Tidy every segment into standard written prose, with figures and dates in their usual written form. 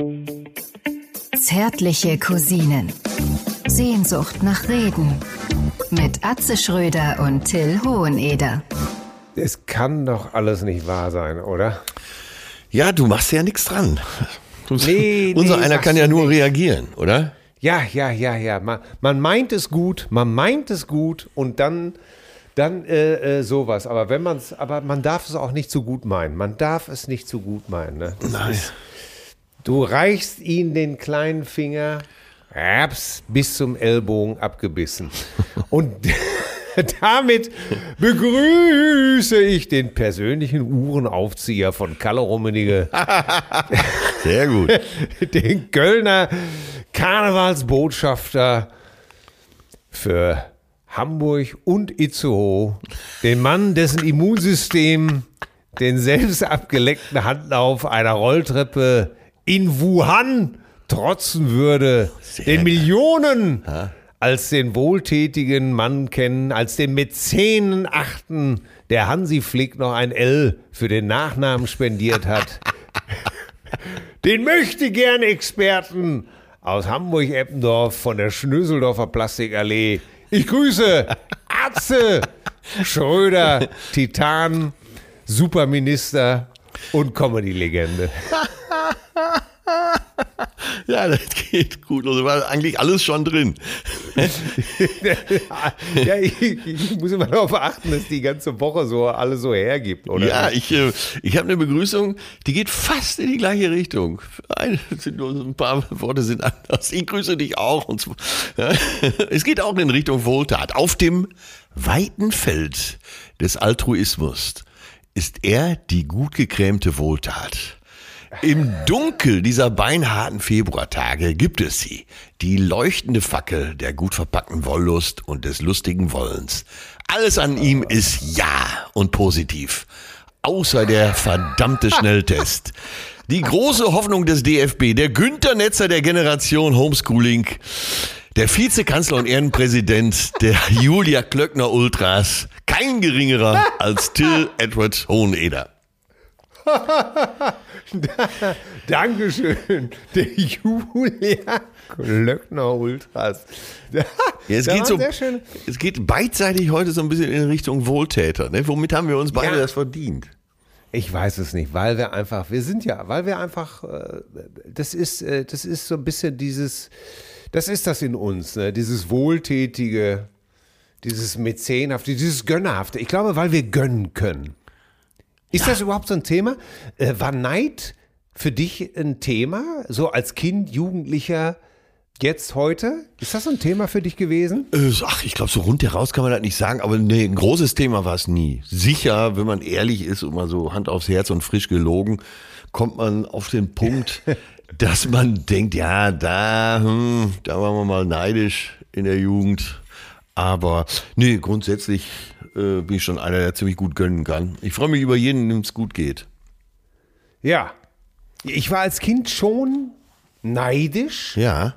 Zärtliche Cousinen. Sehnsucht nach Reden. Mit Atze Schröder und Till Hoheneder. Es kann doch alles nicht wahr sein, oder? Ja, du machst ja nichts dran. Unser einer kann ja nur reagieren, oder? Ja. Man meint es gut und dann sowas. Aber man darf es auch nicht zu gut meinen. Ne? Nein. Du reichst ihm den kleinen Finger, bis zum Ellbogen abgebissen. Und damit begrüße ich den persönlichen Uhrenaufzieher von Kalle Rummenigge. Sehr gut. Den Kölner Karnevalsbotschafter für Hamburg und Itzehoe. Den Mann, dessen Immunsystem den selbst abgeleckten Handlauf einer Rolltreppe in Wuhan trotzen würde. Den Millionen als den wohltätigen Mann kennen, als den Mäzenen achten, der Hansi Flick noch ein L für den Nachnamen spendiert hat. Den Möchtegern-Experten aus Hamburg-Eppendorf von der Schnöseldorfer Plastikallee. Ich grüße Atze Schröder, Titan, Superminister und Comedy-Legende. Ja, das geht gut. Also war eigentlich alles schon drin. Ja, ich muss immer darauf achten, dass die ganze Woche so alles so hergibt, oder? Ja, ich habe eine Begrüßung, die geht fast in die gleiche Richtung. Ein paar Worte sind anders. Ich grüße dich auch. Und so, ja. Es geht auch in Richtung Wohltat. Auf dem weiten Feld des Altruismus ist er die gut gecremte Wohltat. Im Dunkel dieser beinharten Februartage gibt es sie, die leuchtende Fackel der gut verpackten Wollust und des lustigen Wollens. Alles an ihm ist ja und positiv, außer der verdammte Schnelltest. Die große Hoffnung des DFB, der Günther Netzer der Generation Homeschooling, der Vizekanzler und Ehrenpräsident der Julia Klöckner Ultras, kein geringerer als Till Edward Hoheneder. Dankeschön, der Julia Klöckner Ultras. Es geht beidseitig heute so ein bisschen in Richtung Wohltäter. Ne? Womit haben wir uns beide das verdient? Ich weiß es nicht, weil wir einfach, das ist so ein bisschen das ist das in uns, ne? Dieses Wohltätige, dieses Mäzenhafte, dieses Gönnerhafte. Ich glaube, weil wir gönnen können. Ist das überhaupt so ein Thema? War Neid für dich ein Thema? So als Kind, Jugendlicher, jetzt, heute? Ist das so ein Thema für dich gewesen? Ich glaube, so rundheraus kann man das nicht sagen, aber nee, ein großes Thema war es nie. Sicher, wenn man ehrlich ist und mal so Hand aufs Herz und frisch gelogen, kommt man auf den Punkt, dass man denkt, ja, da waren wir mal neidisch in der Jugend. Aber nee, grundsätzlich bin ich schon einer, der ziemlich gut gönnen kann. Ich freue mich über jeden, dem es gut geht. Ja, ich war als Kind schon neidisch. Ja.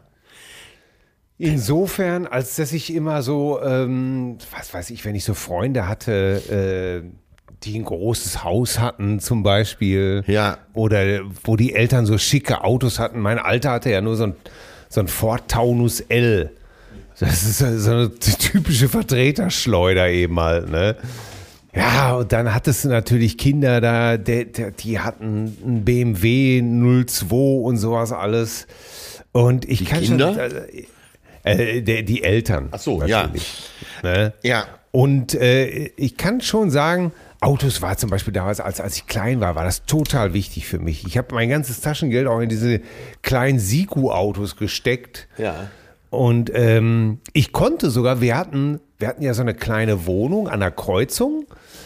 Insofern, als dass ich immer so, was weiß ich, wenn ich so Freunde hatte, die ein großes Haus hatten zum Beispiel. Ja. Oder wo die Eltern so schicke Autos hatten. Mein Alter hatte ja nur so ein Ford Taunus L. Das ist so eine typische Vertreterschleuder eben halt, ne? Ja, und dann hattest du natürlich Kinder da, die hatten einen BMW 02 und sowas alles. Und ich kann Kinder? schon... die Eltern. Ach so, natürlich, ja. Ne? Ja. Und ich kann schon sagen, Autos war zum Beispiel damals, als ich klein war das total wichtig für mich. Ich habe mein ganzes Taschengeld auch in diese kleinen Siku-Autos gesteckt. Ja. Und ich konnte sogar, wir hatten ja so eine kleine Wohnung an der Kreuzung.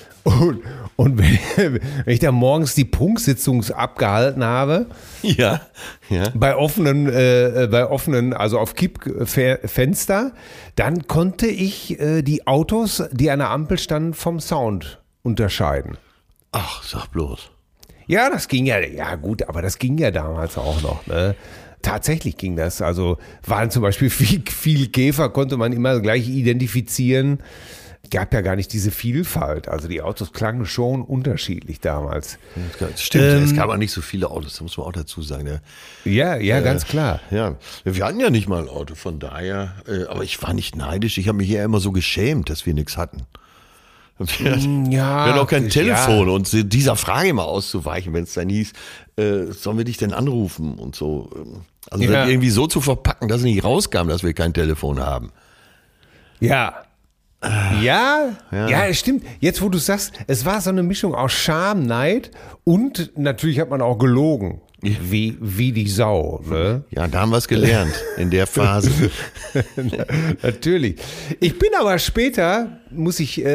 Und wenn ich da morgens die Prunksitzung abgehalten habe, Ja. bei offenen, also auf Kippfenster, dann konnte ich die Autos, die an der Ampel standen, vom Sound unterscheiden. Ach, sag bloß. Ja, das ging ja gut, aber das ging ja damals auch noch, ne? Tatsächlich ging das. Also waren zum Beispiel viel Käfer, konnte man immer gleich identifizieren. gab ja gar nicht diese Vielfalt. Also die Autos klangen schon unterschiedlich damals. Stimmt, es gab auch nicht so viele Autos, das muss man auch dazu sagen. Ja, ganz klar. Ja, wir hatten ja nicht mal ein Auto, von daher, aber ich war nicht neidisch, ich habe mich eher immer so geschämt, dass wir nichts hatten. Wir hatten auch kein Telefon und dieser Frage immer auszuweichen, wenn es dann hieß, sollen wir dich denn anrufen und so. Also das irgendwie so zu verpacken, dass es nicht rauskam, dass wir kein Telefon haben. Ja, stimmt. Jetzt, wo du sagst, es war so eine Mischung aus Scham, Neid und natürlich hat man auch gelogen. Wie die Sau. Ne? Ja, da haben wir es gelernt in der Phase. Natürlich. Ich bin aber später, muss ich mich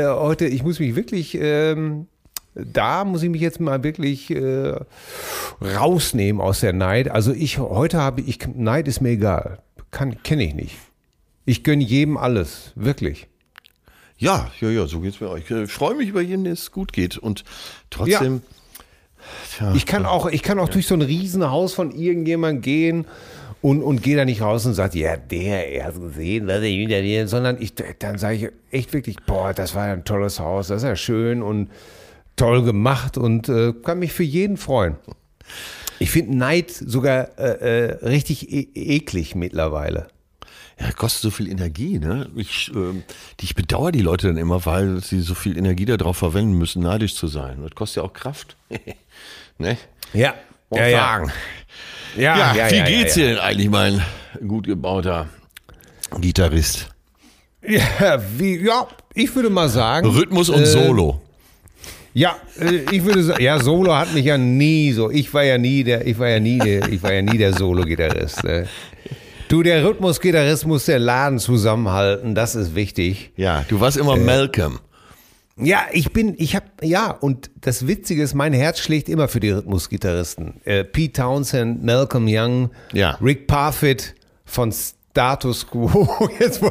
jetzt mal wirklich rausnehmen aus der Neid. Also Neid ist mir egal. Kenne ich nicht. Ich gönne jedem alles. Wirklich. Ja, so geht's mir auch. Ich freue mich über jeden, der es gut geht. Und trotzdem. Ja. Ich kann auch durch so ein Riesenhaus von irgendjemandem gehen und gehe da nicht raus und sage, ja, er hat gesehen, was ich hinter dir, sondern dann sage ich echt wirklich, boah, das war ja ein tolles Haus, das ist ja schön und toll gemacht und kann mich für jeden freuen. Ich finde Neid sogar richtig eklig mittlerweile. Ja, kostet so viel Energie, ne? Ich bedauere die Leute dann immer, weil sie so viel Energie darauf verwenden müssen, neidisch zu sein. Das kostet ja auch Kraft. Ne? Ja. Sagen. Ja, wie geht's dir denn eigentlich, mein gut gebauter Gitarrist? Ja, ich würde mal sagen. Rhythmus und Solo. Ja, ich würde sagen, Solo hat mich ja nie so. Ich war ja nie der Solo-Gitarrist. Du, der Rhythmusgitarrist muss den Laden zusammenhalten, das ist wichtig. Ja, du warst immer Malcolm. Ja, und das Witzige ist, mein Herz schlägt immer für die Rhythmusgitarristen. Pete Townshend, Malcolm Young, Rick Parfitt von Status Quo.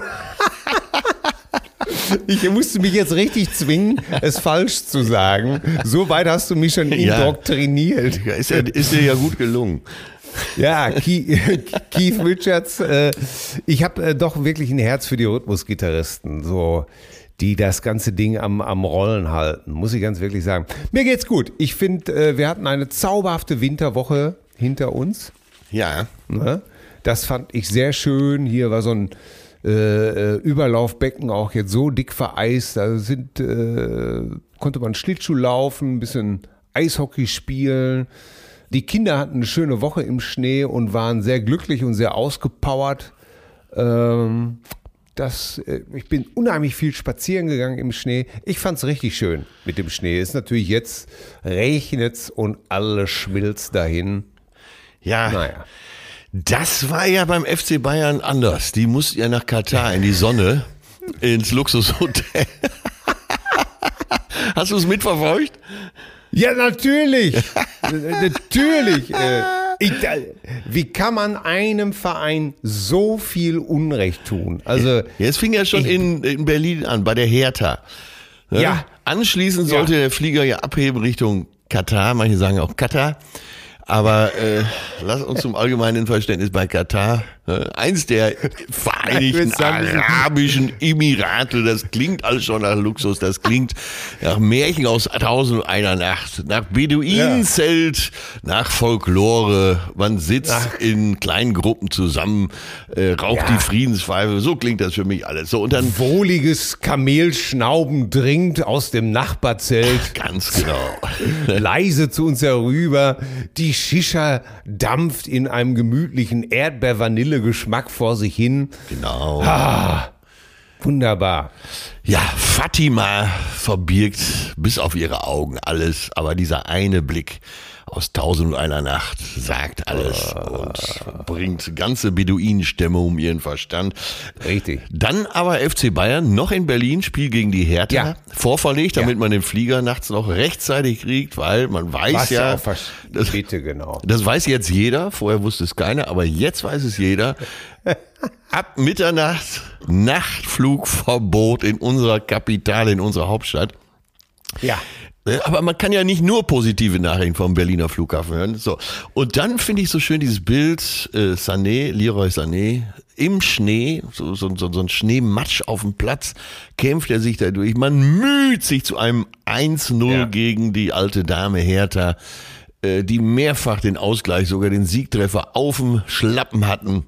Ich musste mich jetzt richtig zwingen, es falsch zu sagen. So weit hast du mich schon indoktriniert. Ja, ist dir ja gut gelungen. Ja, Keith Richards, ich habe doch wirklich ein Herz für die Rhythmusgitarristen, so, die das ganze Ding am Rollen halten, muss ich ganz wirklich sagen. Mir geht's gut. Ich finde, wir hatten eine zauberhafte Winterwoche hinter uns. Ja. Das fand ich sehr schön. Hier war so ein Überlaufbecken auch jetzt so dick vereist. Da konnte man Schlittschuh laufen, ein bisschen Eishockey spielen. Die Kinder hatten eine schöne Woche im Schnee und waren sehr glücklich und sehr ausgepowert. Ich bin unheimlich viel spazieren gegangen im Schnee. Ich fand es richtig schön mit dem Schnee. Ist natürlich jetzt regnet's und alles schmilzt dahin. Ja, naja. Das war ja beim FC Bayern anders. Die mussten ja nach Katar in die Sonne, ins Luxushotel. Hast du es mitverfolgt? Ja, natürlich. Natürlich. Wie kann man einem Verein so viel Unrecht tun? Also, es fing ja schon in Berlin an, bei der Hertha. Ja. Anschließend sollte der Flieger ja abheben Richtung Katar. Manche sagen auch Katar. Aber lass uns zum allgemeinen Verständnis bei Katar, eins der Vereinigten Arabischen Emirate, das klingt alles schon nach Luxus, das klingt nach Märchen aus 1001 Nacht, nach Beduinenzelt, nach Folklore, man sitzt in kleinen Gruppen zusammen, raucht die Friedenspfeife, so klingt das für mich alles. So, und dann wohliges Kamelschnauben dringt aus dem Nachbarzelt. Ganz genau. Leise zu uns herüber, die Shisha dampft in einem gemütlichen Erdbeer-Vanille-Geschmack vor sich hin. Genau. Wunderbar. Ja, Fatima verbirgt bis auf ihre Augen alles, aber dieser eine Blick aus 1001 Nacht sagt alles und bringt ganze Beduinenstämme um ihren Verstand. Richtig. Dann aber FC Bayern noch in Berlin, Spiel gegen die Hertha, vorverlegt, damit man den Flieger nachts noch rechtzeitig kriegt, weil man weiß das weiß jetzt jeder, vorher wusste es keiner, aber jetzt weiß es jeder. Ab Mitternacht Nachtflugverbot in unserer Kapitale, in unserer Hauptstadt. Ja. Aber man kann ja nicht nur positive Nachrichten vom Berliner Flughafen hören. So. Und dann finde ich so schön dieses Bild, Leroy Sané im Schnee, so ein Schneematsch auf dem Platz, kämpft er sich da durch. Man müht sich zu einem 1-0 gegen die alte Dame Hertha, die mehrfach den Ausgleich, sogar den Siegtreffer auf dem Schlappen hatten.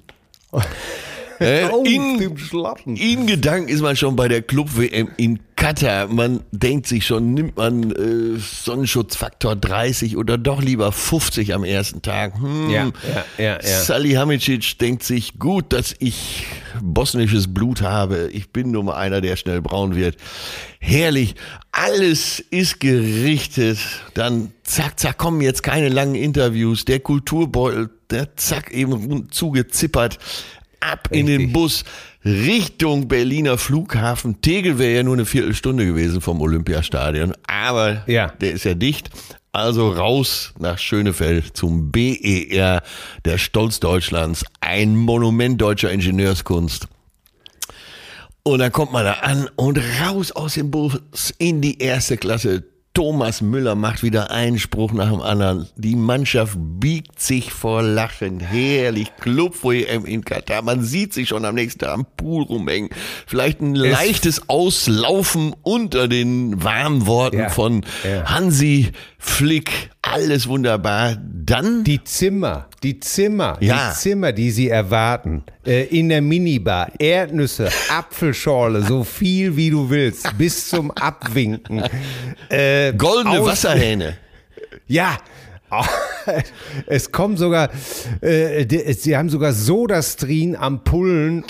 In Gedanken ist man schon bei der Club-WM in Katar. Man denkt sich schon, nimmt man Sonnenschutzfaktor 30 oder doch lieber 50 am ersten Tag? Salihamidzic denkt sich, gut, dass ich bosnisches Blut habe. Ich bin nur mal einer, der schnell braun wird. Herrlich. Alles ist gerichtet. Dann zack, kommen jetzt keine langen Interviews. Der Kulturbeutel, der zack eben zugezippert. Ab in den Bus Richtung Berliner Flughafen. Tegel wäre ja nur eine Viertelstunde gewesen vom Olympiastadion, aber der ist ja dicht. Also raus nach Schönefeld zum BER, der Stolz Deutschlands, ein Monument deutscher Ingenieurskunst. Und dann kommt man da an und raus aus dem Bus in die erste Klasse. Thomas Müller macht wieder einen Spruch nach dem anderen. Die Mannschaft biegt sich vor Lachen. Herrlich. Club-WM in Katar. Man sieht sich schon am nächsten Tag am Pool rumhängen. Vielleicht ein leichtes Auslaufen unter den warmen Worten von Hansi Flick. Alles wunderbar. Dann die Zimmer, die sie erwarten. In der Minibar, Erdnüsse, Apfelschorle, so viel wie du willst, bis zum Abwinken. Goldene Wasserhähne. Ja. Es kommt sogar, sie haben sogar Sodastream-Ampullen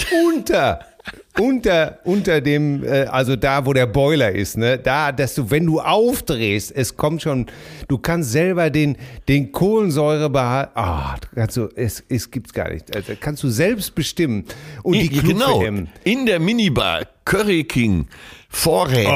unter dem, also da, wo der Boiler ist, ne, da, dass du, wenn du aufdrehst, es kommt schon, du kannst selber den Kohlensäure es gibt's gar nicht, also kannst du selbst bestimmen. Und die Club-WM. In der Minibar, Curry King, vorrätig,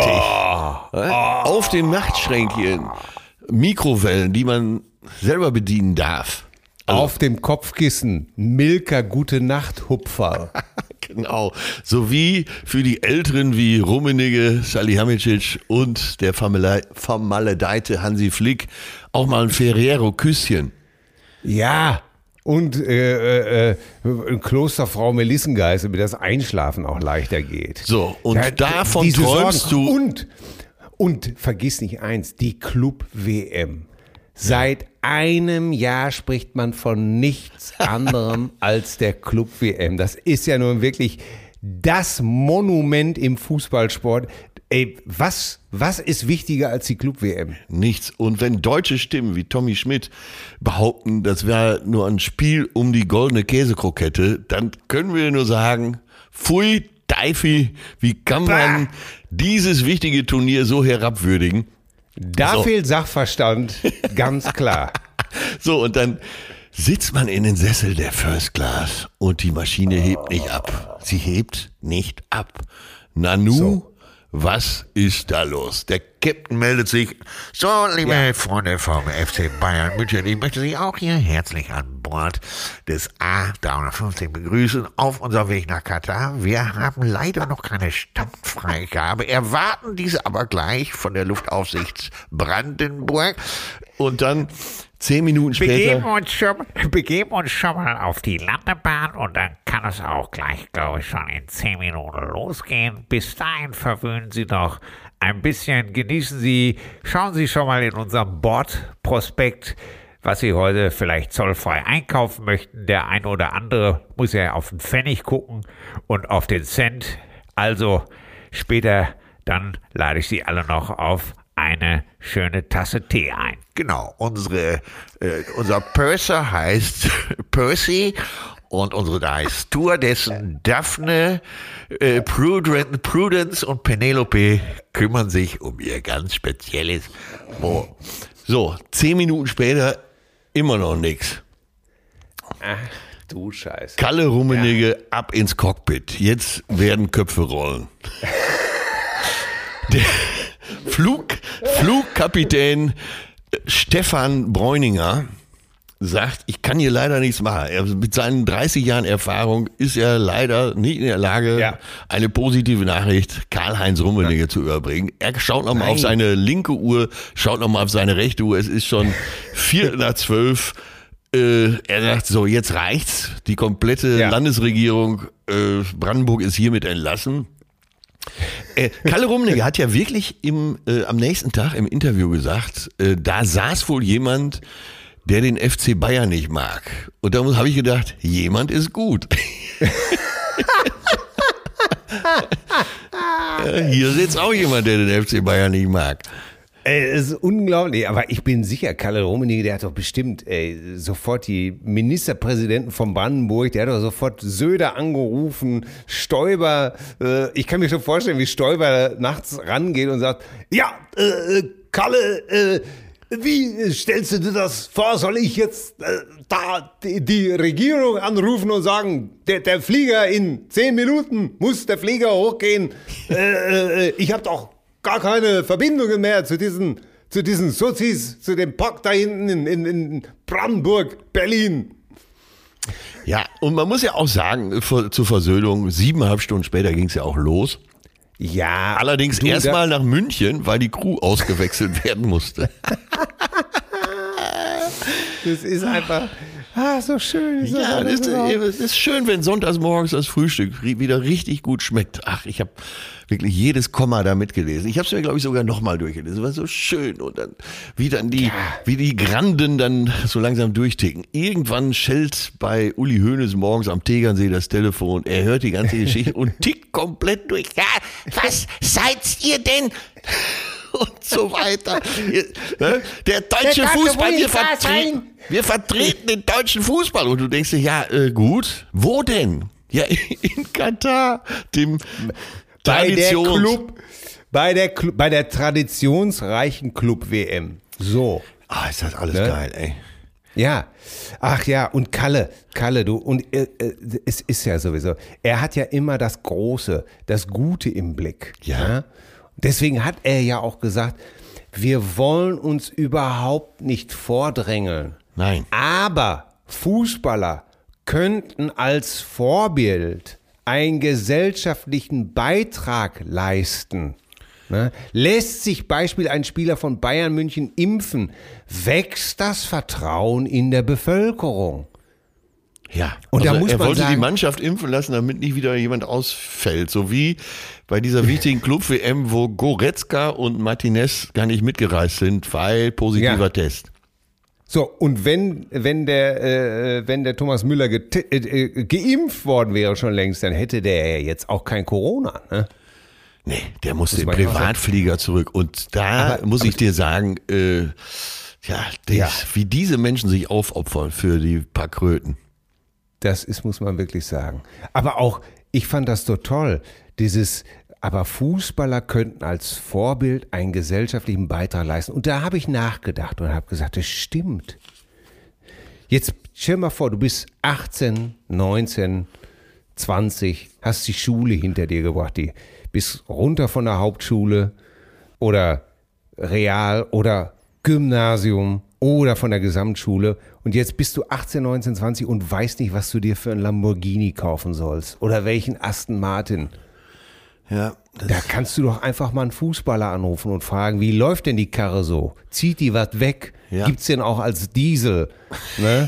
auf den Nachtschränkchen, Mikrowellen, die man selber bedienen darf. Also, auf dem Kopfkissen, Milka Gute Nacht Hupferl. Genau, sowie für die Älteren wie Rummenigge, Salihamidzic und der vermaledeite Hansi Flick auch mal ein Ferrero-Küsschen. Ja, und Klosterfrau Melissengeißel, damit das Einschlafen auch leichter geht. So, und davon träumst du. Und vergiss nicht eins, die Club-WM. Seit einem Jahr spricht man von nichts anderem als der Club-WM. Das ist ja nun wirklich das Monument im Fußballsport. Ey, was ist wichtiger als die Club-WM? Nichts. Und wenn deutsche Stimmen wie Tommy Schmidt behaupten, das wäre nur ein Spiel um die goldene Käsekrokette, dann können wir nur sagen, pfui, Deifi, wie kann man dieses wichtige Turnier so herabwürdigen? Da fehlt Sachverstand, ganz klar. So, und dann sitzt man in den Sessel der First Class und die Maschine hebt nicht ab. Sie hebt nicht ab. Nanu, was ist da los? Der Captain meldet sich. So, liebe Freunde vom FC Bayern München, ich möchte Sie auch hier herzlich an Bord des A350 begrüßen auf unserem Weg nach Katar. Wir haben leider noch keine Startfreigabe, erwarten diese aber gleich von der Luftaufsicht Brandenburg. Und dann 10 Minuten später begeben uns schon mal auf die Landebahn und dann kann es auch gleich, glaube ich, schon in 10 Minuten losgehen. Bis dahin verwöhnen Sie doch ein bisschen, genießen Sie, schauen Sie schon mal in unserem Bordprospekt, was Sie heute vielleicht zollfrei einkaufen möchten. Der ein oder andere muss ja auf den Pfennig gucken und auf den Cent. Also später, dann lade ich Sie alle noch auf eine schöne Tasse Tee ein. Genau, unser Purser heißt Percy und unsere drei Stewardessen Daphne, Prudence und Penelope kümmern sich um ihr ganz spezielles Mo. So, 10 Minuten später immer noch nichts. Ach du Scheiße. Kalle Rummenigge ab ins Cockpit. Jetzt werden Köpfe rollen. Der Flugkapitän Stefan Bräuninger sagt, ich kann hier leider nichts machen. Er, mit seinen 30 Jahren Erfahrung ist er leider nicht in der Lage, eine positive Nachricht Karl-Heinz Rummenigge zu überbringen. Er schaut nochmal auf seine linke Uhr, schaut nochmal auf seine rechte Uhr. Es ist schon 11:45. Er sagt so, jetzt reicht's. Die komplette Landesregierung Brandenburg ist hiermit entlassen. Kalle Rummenigge hat ja wirklich am nächsten Tag im Interview gesagt, da saß wohl jemand, der den FC Bayern nicht mag. Und da habe ich gedacht, jemand ist gut. Hier sitzt auch jemand, der den FC Bayern nicht mag. Es ist unglaublich, aber ich bin sicher, Kalle Rummenigge, der hat doch bestimmt sofort die Ministerpräsidenten von Brandenburg, der hat doch sofort Söder angerufen, Stoiber, ich kann mir schon vorstellen, wie Stoiber nachts rangeht und sagt, ja, Kalle, wie stellst du dir das vor, soll ich jetzt da die Regierung anrufen und sagen, der Flieger in 10 Minuten muss der Flieger hochgehen, ich habe doch gar keine Verbindungen mehr zu diesen Sozis, zu dem Pack da hinten in Brandenburg, Berlin. Ja, und man muss ja auch sagen, zur Versöhnung, 7,5 Stunden später ging es ja auch los. Ja. Allerdings erstmal nach München, weil die Crew ausgewechselt werden musste. Das ist einfach... so schön. Es ist schön, wenn sonntags morgens das Frühstück wieder richtig gut schmeckt. Ach, ich habe wirklich jedes Komma da mitgelesen. Ich habe es mir, glaube ich, sogar nochmal durchgelesen. Es war so schön. Und dann, wie die Granden dann so langsam durchticken. Irgendwann schellt bei Uli Hoeneß morgens am Tegernsee das Telefon. Er hört die ganze Geschichte und tickt komplett durch. Ja, was seid ihr denn? Und so weiter. Der deutsche Fußball, wir vertreten den deutschen Fußball. Und du denkst dir, ja, gut, wo denn? Ja, in Katar, dem bei der traditionsreichen Club-WM. So. Ist das alles geil, ey. Ja, ach ja, und Kalle, du, und es ist ja sowieso, er hat ja immer das Große, das Gute im Blick. Ja. Deswegen hat er ja auch gesagt, wir wollen uns überhaupt nicht vordrängeln. Nein. Aber Fußballer könnten als Vorbild einen gesellschaftlichen Beitrag leisten. Ne? Lässt sich Beispiel ein Spieler von Bayern München impfen, wächst das Vertrauen in der Bevölkerung. Ja, und also da muss er man wollte sagen, die Mannschaft impfen lassen, damit nicht wieder jemand ausfällt. So wie bei dieser wichtigen Club-WM, wo Goretzka und Martinez gar nicht mitgereist sind, weil positiver Test. So, und wenn der Thomas Müller geimpft worden wäre schon längst, dann hätte der ja jetzt auch kein Corona, ne? Nee, der musste im Privatflieger zurück. Und da muss ich dir sagen, wie diese Menschen sich aufopfern für die paar Kröten. Das muss man wirklich sagen. Aber auch, ich fand das so toll, aber Fußballer könnten als Vorbild einen gesellschaftlichen Beitrag leisten. Und da habe ich nachgedacht und habe gesagt, das stimmt. Jetzt stell mal vor, du bist 18, 19, 20, hast die Schule hinter dir gebracht, bist runter von der Hauptschule oder Real oder Gymnasium oder von der Gesamtschule und jetzt bist du 18, 19, 20 und weißt nicht, was du dir für einen Lamborghini kaufen sollst oder welchen Aston Martin. Ja, da kannst du doch einfach mal einen Fußballer anrufen und fragen, wie läuft denn die Karre so? Zieht die was weg? Ja. Gibt's den auch als Diesel? Ne?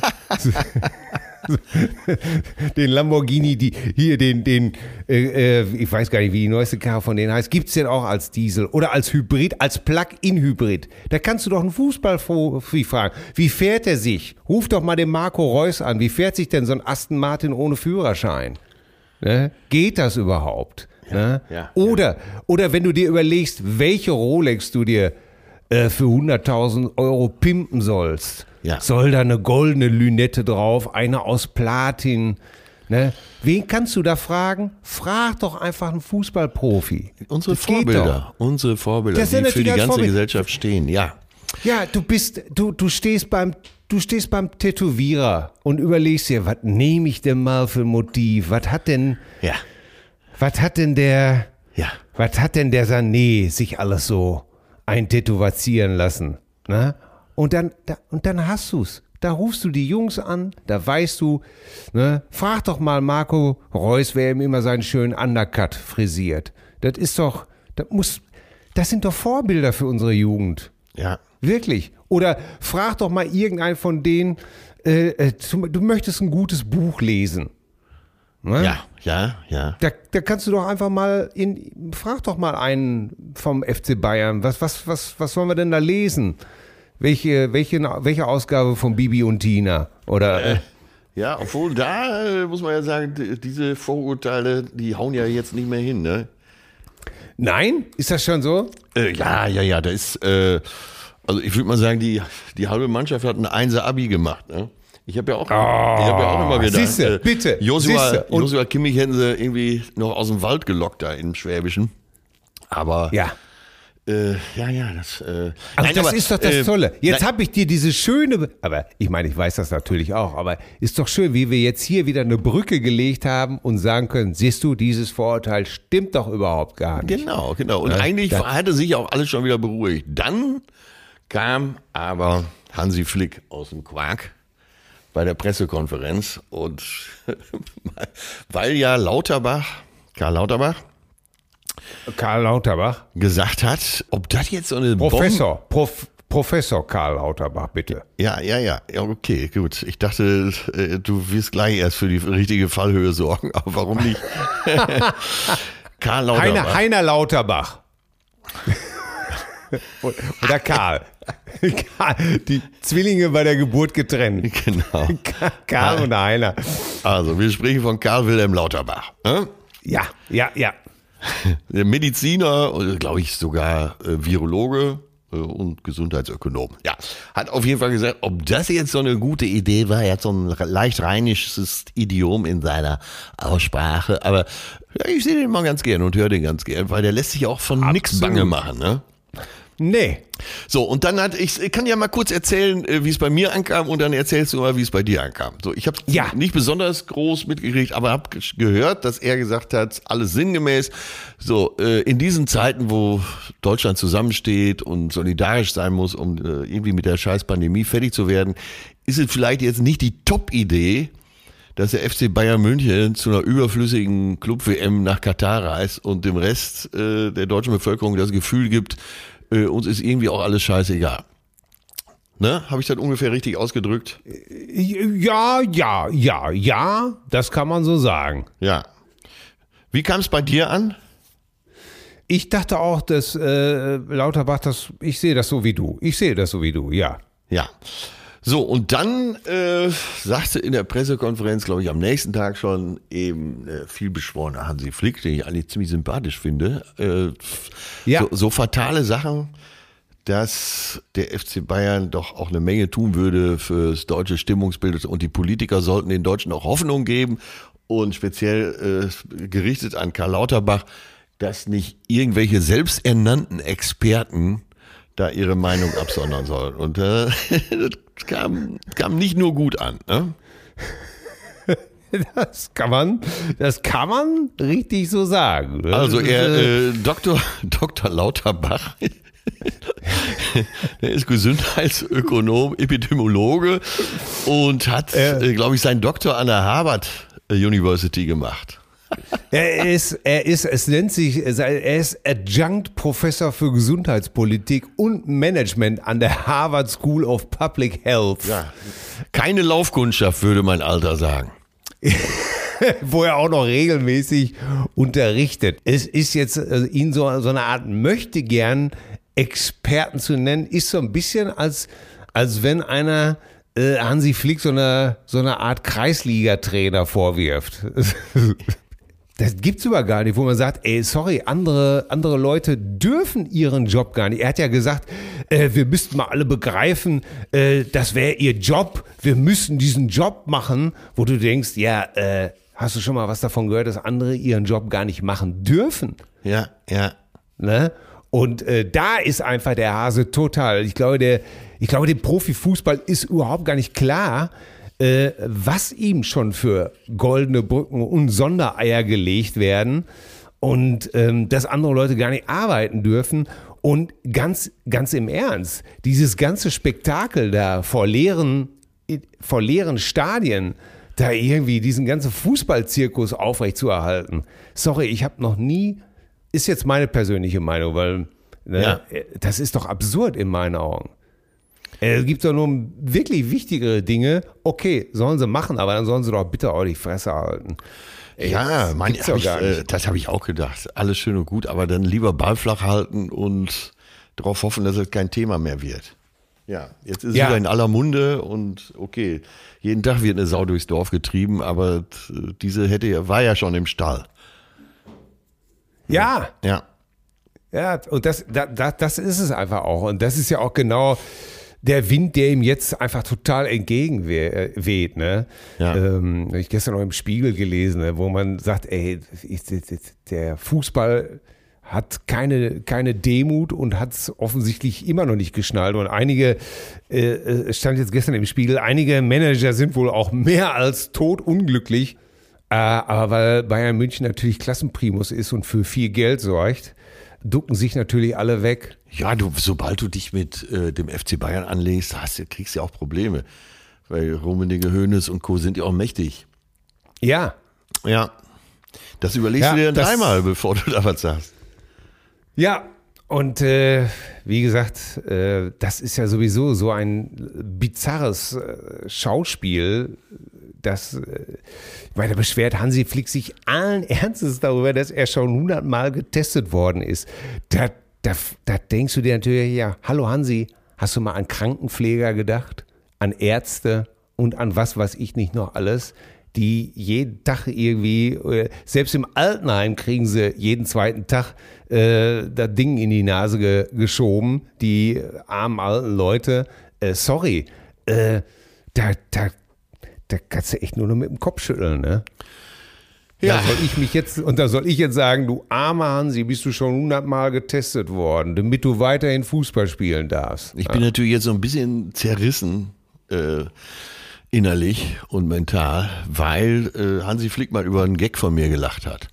Den Lamborghini, ich weiß gar nicht, wie die neueste Karre von denen heißt, gibt's den auch als Diesel oder als Hybrid, als Plug-in-Hybrid? Da kannst du doch einen Fußballprofi fragen. Wie fährt er sich? Ruf doch mal den Marco Reus an. Wie fährt sich denn so ein Aston Martin ohne Führerschein? Ne? Geht das überhaupt? Ne? Ja, oder wenn du dir überlegst, welche Rolex du dir für 100.000 Euro pimpen sollst. Ja. Soll da eine goldene Lünette drauf, eine aus Platin? Ne? Wen kannst du da fragen? Frag doch einfach einen Fußballprofi. Unsere Vorbilder, die für die ganze Gesellschaft stehen, ja. Ja, du stehst beim Tätowierer und überlegst dir, was nehme ich denn mal für ein Motiv? Was hat denn der Sané sich alles so eintätowieren lassen? Ne? Und dann hast du's. Da rufst du die Jungs an, da weißt du, ne? Frag doch mal Marco Reus, wer ihm immer seinen schönen Undercut frisiert. Das sind doch Vorbilder für unsere Jugend. Ja. Wirklich. Oder frag doch mal irgendeinen von denen, du möchtest ein gutes Buch lesen. Ne? Ja. Da kannst du doch einfach mal frag doch mal einen vom FC Bayern, was sollen wir denn da lesen? Welche Ausgabe von Bibi und Tina? Oder Ja, obwohl da muss man ja sagen, diese Vorurteile, die hauen ja jetzt nicht mehr hin, ne? Nein? Ist das schon so? Ja, da ist, also ich würde mal sagen, die halbe Mannschaft hat ein 1er-Abi gemacht, ne? Ich habe ja auch immer gedacht, siehste, bitte, Joshua Kimmich hätten sie irgendwie noch aus dem Wald gelockt da im Schwäbischen. Aber ja. Das ist doch das Tolle. Jetzt habe ich dir diese schöne, aber ich meine, ich weiß das natürlich auch, aber ist doch schön, wie wir jetzt hier wieder eine Brücke gelegt haben und sagen können, siehst du, dieses Vorurteil stimmt doch überhaupt gar nicht. Genau. Und eigentlich hatte sich auch alles schon wieder beruhigt. Dann kam aber Hansi Flick aus dem Quark bei der Pressekonferenz und weil ja Karl Lauterbach gesagt hat, ob das jetzt so eine Professor Karl Lauterbach, bitte. Ja, okay, gut. Ich dachte, du wirst gleich erst für die richtige Fallhöhe sorgen, aber warum nicht? Karl Lauterbach. Heiner Lauterbach. Oder Karl. Die Zwillinge bei der Geburt getrennt. Genau. Karl und Heiner. Also, wir sprechen von Karl Wilhelm Lauterbach. Ja. Der Mediziner, glaube ich sogar Virologe und Gesundheitsökonom. Ja, hat auf jeden Fall gesagt, ob das jetzt so eine gute Idee war. Er hat so ein leicht rheinisches Idiom in seiner Aussprache. Aber ja, ich sehe den mal ganz gern und höre den ganz gern, weil der lässt sich auch von nichts bange machen, ne? Nee. So, und dann ich kann ja mal kurz erzählen, wie es bei mir ankam und dann erzählst du mal, wie es bei dir ankam. So, ich habe nicht besonders groß mitgekriegt, aber habe gehört, dass er gesagt hat, alles sinngemäß. So, in diesen Zeiten, wo Deutschland zusammensteht und solidarisch sein muss, um irgendwie mit der scheiß Pandemie fertig zu werden, ist es vielleicht jetzt nicht die Top-Idee, dass der FC Bayern München zu einer überflüssigen Club-WM nach Katar reist und dem Rest der deutschen Bevölkerung das Gefühl gibt, uns ist irgendwie auch alles scheißegal. Ne? Habe ich das ungefähr richtig ausgedrückt? Ja, das kann man so sagen. Ja. Wie kam es bei dir an? Ich dachte auch, dass Lauterbach, ich sehe das so wie du, ja. Ja. So, und dann sagte in der Pressekonferenz, glaube ich, am nächsten Tag schon eben vielbeschworener Hansi Flick, den ich eigentlich ziemlich sympathisch finde, so fatale Sachen, dass der FC Bayern doch auch eine Menge tun würde fürs deutsche Stimmungsbild und die Politiker sollten den Deutschen auch Hoffnung geben und speziell gerichtet an Karl Lauterbach, dass nicht irgendwelche selbsternannten Experten da ihre Meinung absondern sollen. Und das kam nicht nur gut an. Ne? Das kann man richtig so sagen. Also Dr. Lauterbach, der ist Gesundheitsökonom, Epidemiologe und hat, glaube ich, seinen Doktor an der Harvard University gemacht. Er ist Adjunct Professor für Gesundheitspolitik und Management an der Harvard School of Public Health. Ja. Keine Laufkundschaft, würde mein Alter sagen. Wo er auch noch regelmäßig unterrichtet. Es ist jetzt, ihn so eine Art möchte gern Experten zu nennen, ist so ein bisschen als wenn einer Hansi Flick so eine Art Kreisliga-Trainer vorwirft. Das gibt's aber gar nicht, wo man sagt, sorry, andere Leute dürfen ihren Job gar nicht. Er hat ja gesagt, wir müssten mal alle begreifen, das wäre ihr Job, wir müssen diesen Job machen, wo du denkst, hast du schon mal was davon gehört, dass andere ihren Job gar nicht machen dürfen? Ja. Ne? Und da ist einfach der Hase total. Ich glaube, dem Profifußball ist überhaupt gar nicht klar, was ihm schon für goldene Brücken und Sondereier gelegt werden und dass andere Leute gar nicht arbeiten dürfen. Und ganz im Ernst, dieses ganze Spektakel da vor leeren Stadien, da irgendwie diesen ganzen Fußballzirkus aufrechtzuerhalten. Sorry, ich habe noch nie, ist jetzt meine persönliche Meinung, weil das ist doch absurd in meinen Augen. Es gibt doch nur wirklich wichtigere Dinge. Okay, sollen sie machen, aber dann sollen sie doch bitte auch die Fresse halten. Ey, Ja, gibt's doch gar nicht. das habe ich auch gedacht. Alles schön und gut, aber dann lieber Ball flach halten und darauf hoffen, dass es kein Thema mehr wird. Ja, jetzt ist es Ja. wieder in aller Munde und okay, jeden Tag wird eine Sau durchs Dorf getrieben, aber diese war ja schon im Stall. Ja, Ja. ja, und das ist es einfach auch. Und das ist ja auch genau der Wind, der ihm jetzt einfach total entgegenweht. Ne? Ja. Habe ich gestern noch im Spiegel gelesen, ne, wo man sagt, ey, der Fußball hat keine Demut und hat es offensichtlich immer noch nicht geschnallt. Und einige, es stand jetzt gestern im Spiegel, einige Manager sind wohl auch mehr als totunglücklich. Aber weil Bayern München natürlich Klassenprimus ist und für viel Geld sorgt, ducken sich natürlich alle weg. Ja, sobald du dich mit dem FC Bayern anlegst, kriegst du ja auch Probleme. Weil Rummenigge, Hoeneß und Co. sind ja auch mächtig. Ja, Ja. Das überlegst du dir dann dreimal, bevor du da was sagst. ja. Und wie gesagt, das ist ja sowieso so ein bizarres Schauspiel, dass, ich meine, da beschwert Hansi Flick sich allen Ernstes darüber, dass er schon 100-mal getestet worden ist. Da denkst du dir natürlich, ja, hallo Hansi, hast du mal an Krankenpfleger gedacht? An Ärzte und an was weiß ich nicht noch alles, die jeden Tag irgendwie, selbst im Altenheim kriegen sie jeden zweiten Tag das Ding in die Nase geschoben, die armen alten Leute. Sorry, da kannst du echt nur noch mit dem Kopf schütteln, ne? Ja. Da soll ich jetzt sagen, du armer Hansi, bist du schon 100-mal getestet worden, damit du weiterhin Fußball spielen darfst. Ich bin natürlich jetzt so ein bisschen zerrissen, innerlich und mental, weil Hansi Flick mal über einen Gag von mir gelacht hat.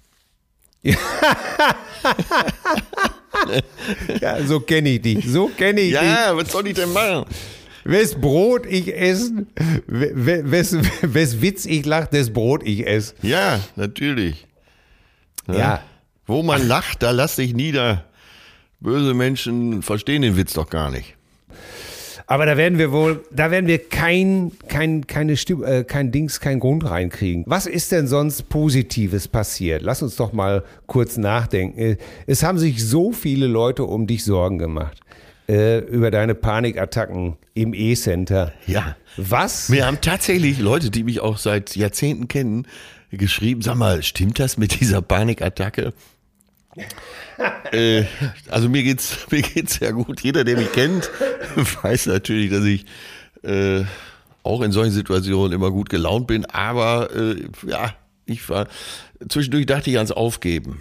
Ja, so kenne ich dich. Ja, was soll ich denn machen? Wes Brot ich essen, wes Witz ich lach, des Brot ich ess. Ja, natürlich. Ja. Wo man lacht, da lass dich nieder. Böse Menschen verstehen den Witz doch gar nicht. Aber da werden wir kein Grund reinkriegen. Was ist denn sonst Positives passiert? Lass uns doch mal kurz nachdenken. Es haben sich so viele Leute um dich Sorgen gemacht. Über deine Panikattacken im E-Center. Ja. Was? Mir haben tatsächlich Leute, die mich auch seit Jahrzehnten kennen, geschrieben, sag mal, stimmt das mit dieser Panikattacke? Also mir geht's sehr gut. Jeder, der mich kennt, weiß natürlich, dass ich auch in solchen Situationen immer gut gelaunt bin. Aber ja, zwischendurch dachte ich ans Aufgeben.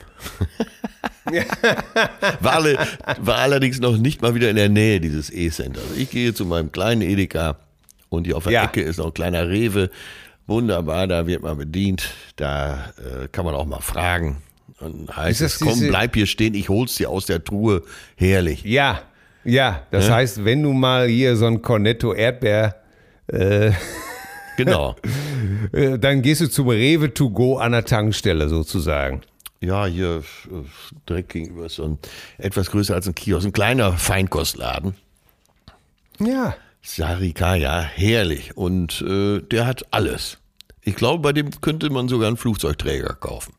War allerdings noch nicht mal wieder in der Nähe dieses E-Center. Also ich gehe zu meinem kleinen Edeka und hier auf der Ecke ist noch ein kleiner Rewe. Wunderbar, da wird man bedient. Da kann man auch mal fragen. Und heißt es, komm, bleib hier stehen, ich hol's dir aus der Truhe. Herrlich. Ja, das heißt, wenn du mal hier so ein Cornetto Erdbeer Genau. dann gehst du zum Rewe to go an der Tankstelle sozusagen. Ja, hier direkt gegenüber ist so ein etwas größer als ein Kiosk, ein kleiner Feinkostladen. Ja. Sarika, ja, herrlich. Und der hat alles. Ich glaube, bei dem könnte man sogar einen Flugzeugträger kaufen.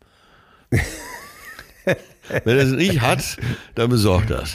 Wenn er es nicht hat, dann besorgt das.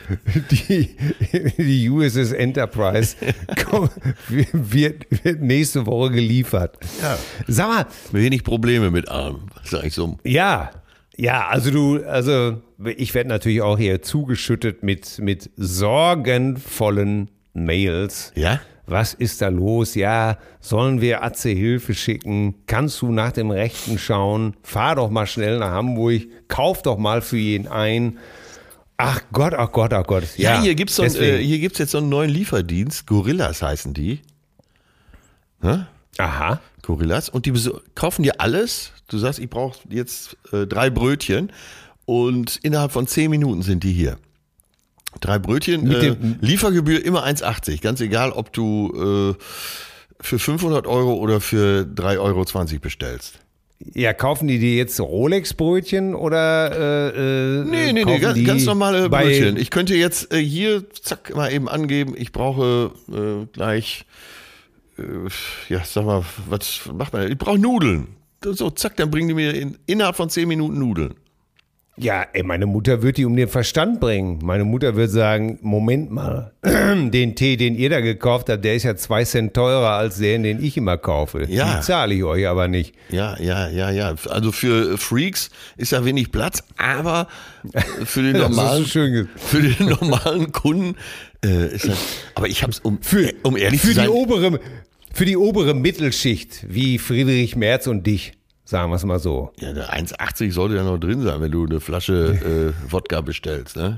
Die USS Enterprise wird nächste Woche geliefert. Ja. Sag mal. Wenig Probleme mit allem, sag ich so. Ja, also ich werde natürlich auch hier zugeschüttet mit sorgenvollen Mails. Ja? Was ist da los? Ja, sollen wir Atze Hilfe schicken? Kannst du nach dem Rechten schauen? Fahr doch mal schnell nach Hamburg. Kauf doch mal für ihn ein. Ach Gott. Ja, hier gibt's jetzt so einen neuen Lieferdienst. Gorillas heißen die. Hä? Aha. Gorillas. Und die kaufen dir alles. Du sagst, ich brauche jetzt 3 Brötchen. Und innerhalb von 10 Minuten sind die hier. 3 Brötchen, Liefergebühr immer 1,80. Ganz egal, ob du für 500 € oder für 3,20 € bestellst. Ja, kaufen die dir jetzt Rolex-Brötchen oder Nee, kaufen die ganz normale bei- Brötchen. Ich könnte jetzt hier, zack, mal eben angeben, ich brauche gleich, sag mal, was macht man denn? Ich brauche Nudeln. So, zack, dann bringen die mir innerhalb von 10 Minuten Nudeln. Ja, ey, meine Mutter wird die um den Verstand bringen. Meine Mutter wird sagen, Moment mal, den Tee, den ihr da gekauft habt, der ist ja 2 Cent teurer als den ich immer kaufe. Ja. Den zahle ich euch aber nicht. Ja. Also für Freaks ist da wenig Platz, aber für den Das normalen, ist schön ge- für den normalen Kunden ist das. Aber ich habe es, um ehrlich zu Für sein, die obere Mittelschicht, wie Friedrich Merz und dich, sagen wir es mal so. ja, der 1,80 sollte ja noch drin sein, wenn du eine Flasche Wodka bestellst, ne?